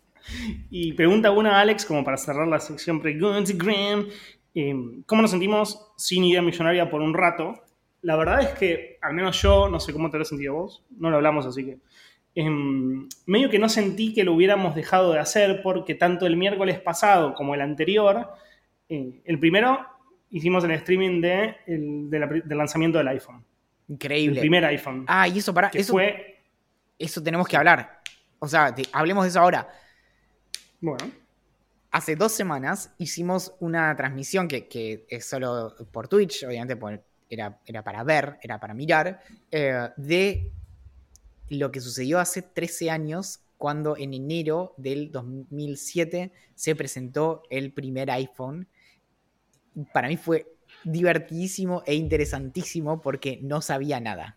Y pregunta una a Alex, como para cerrar la sección pre-Instagram, eh, ¿cómo nos sentimos sin idea millonaria por un rato? La verdad es que, al menos yo, no sé cómo te lo has sentido vos, no lo hablamos, así que eh, medio que no sentí que lo hubiéramos dejado de hacer porque tanto el miércoles pasado como el anterior, eh, el primero hicimos el streaming de el, de la, del lanzamiento del iPhone. Increíble. El primer iPhone. Ah, y eso para... Que eso, fue... eso tenemos que hablar. O sea, te, hablemos de eso ahora. Bueno. Hace dos semanas hicimos una transmisión que, que es solo por Twitch, obviamente por, era, era para ver, era para mirar, eh, de lo que sucedió hace trece años, cuando en enero del dos mil siete se presentó el primer iPhone. Para mí fue divertidísimo e interesantísimo porque no sabía nada.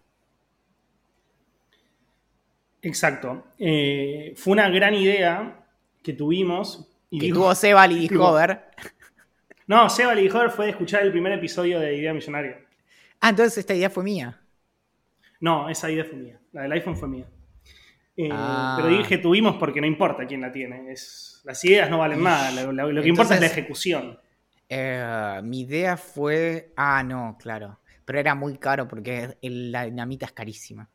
Exacto. Eh, fue una gran idea que tuvimos. Y que digo, tuvo Sebal y Discover. No, Sebal y Discover fue de escuchar el primer episodio de Idea Millonaria. Ah, entonces esta idea fue mía. No, esa idea fue mía. La del iPhone fue mía. Eh, ah. Pero dije tuvimos porque no importa quién la tiene. Es, las ideas no valen nada. Lo, lo, lo que entonces, importa es la ejecución. Eh, mi idea fue... Ah, no, claro. Pero era muy caro porque el- la dinamita es carísima.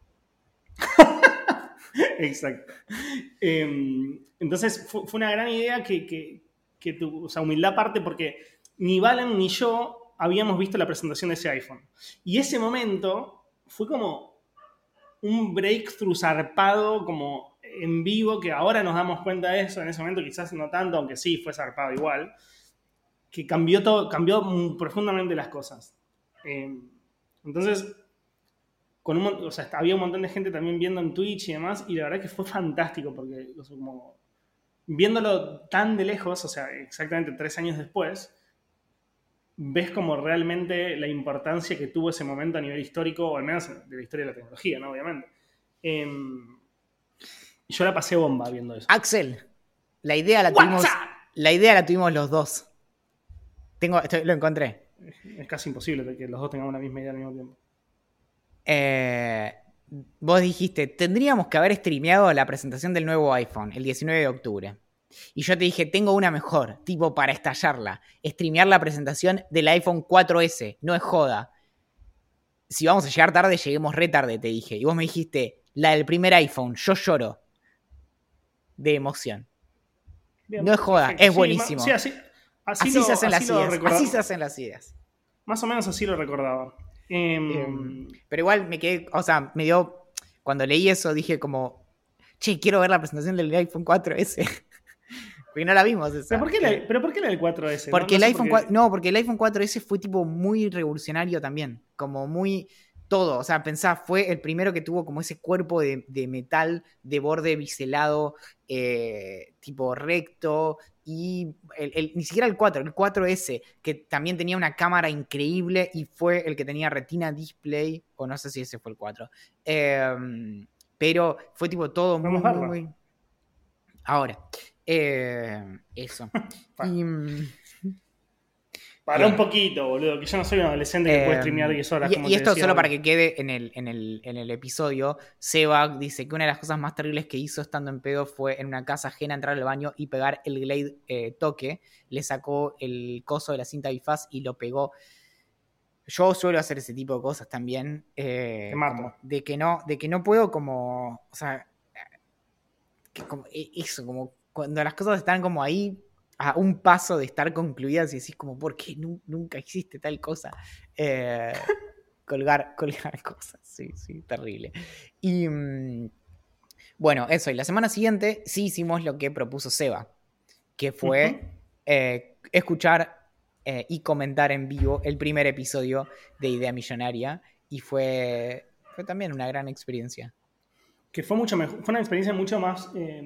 Exacto. Eh, entonces fue, fue una gran idea que, que, que tu, o sea, humildad aparte porque ni Valen ni yo habíamos visto la presentación de ese iPhone. Y ese momento fue como un breakthrough zarpado, como en vivo, que ahora nos damos cuenta de eso, en ese momento quizás no tanto, aunque sí fue zarpado igual, que cambió todo, cambió profundamente las cosas. Eh, entonces, con un, o sea, había un montón de gente también viendo en Twitch y demás, y la verdad que fue fantástico, porque o sea, como, viéndolo tan de lejos, o sea, exactamente tres años después, ves como realmente la importancia que tuvo ese momento a nivel histórico, o al menos de la historia de la tecnología, ¿no? Obviamente. Eh, yo la pasé bomba viendo eso. Axel, la idea la tuvimos, WhatsApp. la idea la tuvimos los dos. Tengo, estoy- lo encontré. Es casi imposible que los dos tengamos la misma idea al mismo tiempo. Eh, vos dijiste, tendríamos que haber streameado la presentación del nuevo iPhone el diecinueve de octubre. Y yo te dije, tengo una mejor, tipo para estallarla. Streamear la presentación del iPhone cuatro ese. No es joda. Si vamos a llegar tarde, lleguemos re tarde, te dije. Y vos me dijiste, la del primer iPhone, yo lloro. De emoción. Bien, no es joda, perfecto. es Sí, buenísimo. ma- sí, así, así, así lo, se hacen así las lo ideas. recordaba. Así se hacen las ideas. Más o menos así lo recordaba. Eh, Em, pero igual me quedé, o sea, me dio, cuando leí eso dije como, che, quiero ver la presentación del iPhone cuatro ese. Porque no la vimos esa. ¿pero, por qué la, Eh, ¿Pero por qué la del cuatro ese? porque no, el no sé iPhone por qué. cuatro, no, porque el iPhone cuatro ese fue tipo muy revolucionario también, como muy todo, o sea, pensá, fue el primero que tuvo como ese cuerpo de, de metal de borde biselado, eh, tipo recto, y el, el, ni siquiera el cuatro, el cuatro ese, que también tenía una cámara increíble y fue el que tenía Retina Display, o no sé si ese fue el cuatro, eh, pero fue tipo todo muy, Vamos a muy, verlo. muy... Ahora, eh, eso. Y... Para Bien. un poquito, boludo, que yo no soy un adolescente que Eh, puede streamear diez horas. y, Como y te esto decía solo hoy. para que quede en el, en, el, en el episodio, Seba dice que una de las cosas más terribles que hizo estando en pedo fue en una casa ajena entrar al baño y pegar el Glade eh, toque. Le sacó el coso de la cinta bifaz y lo pegó. Yo suelo hacer ese tipo de cosas también. Eh, Te mato. como de que no, de que no puedo como. O sea. Que como, eso, como cuando las cosas están como ahí a un paso de estar concluidas y decís como, ¿por qué nu- nunca existe tal cosa? Eh, colgar, colgar cosas, sí, sí, terrible. Y mmm, bueno, eso, y la semana siguiente sí hicimos lo que propuso Seba, que fue uh-huh. eh, escuchar eh, y comentar en vivo el primer episodio de Idea Millonaria, y fue, fue también una gran experiencia. Que fue mucho mejor, fue una experiencia mucho más eh,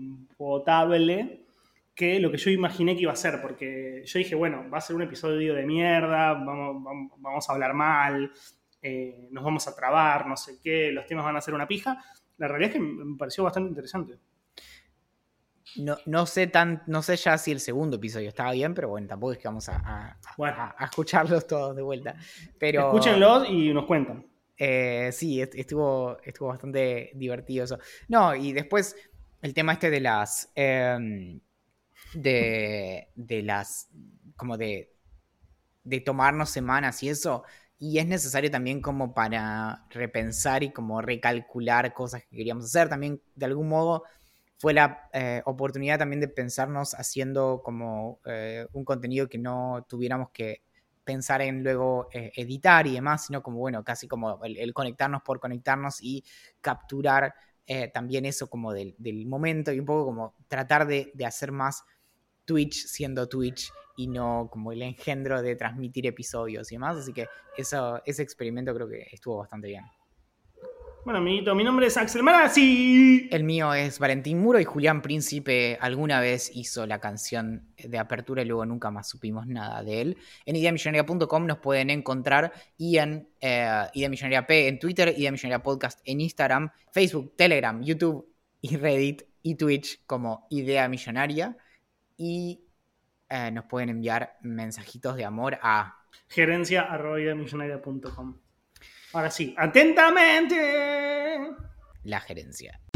potable que lo que yo imaginé que iba a ser, porque yo dije, bueno, va a ser un episodio de mierda, vamos, vamos, vamos a hablar mal, eh, nos vamos a trabar, no sé qué, los temas van a ser una pija. La realidad es que me pareció bastante interesante. No, no sé tan, no sé ya si el segundo episodio estaba bien, pero bueno, tampoco es que vamos a, a, bueno. a, a escucharlos todos de vuelta. Pero, escúchenlos y nos cuentan. Eh, sí, estuvo, estuvo bastante divertido eso. No, y después el tema este de las... Eh, de, de las... como de, de tomarnos semanas y eso. Y es necesario también como para repensar y como recalcular cosas que queríamos hacer. También, de algún modo, fue la eh, oportunidad también de pensarnos haciendo como eh, un contenido que no tuviéramos que pensar en luego eh, editar y demás, sino como, bueno, casi como el, el conectarnos por conectarnos y capturar eh, también eso como del, del momento y un poco como tratar de, de hacer más Twitch siendo Twitch y no como el engendro de transmitir episodios y demás, así que eso, ese experimento creo que estuvo bastante bien. Bueno, amiguito, mi nombre es Axel Marazzi. El mío es Valentín Muro y Julián Príncipe alguna vez hizo la canción de apertura y luego nunca más supimos nada de él. En idea millonaria punto com nos pueden encontrar y en eh, Idea Millonaria P en Twitter, Idea Millonaria Podcast en Instagram, Facebook, Telegram, YouTube y Reddit y Twitch como Idea Millonaria. Y eh, nos pueden enviar mensajitos de amor a gerencia arroba idea millonaria punto com. Ahora sí, atentamente. La gerencia.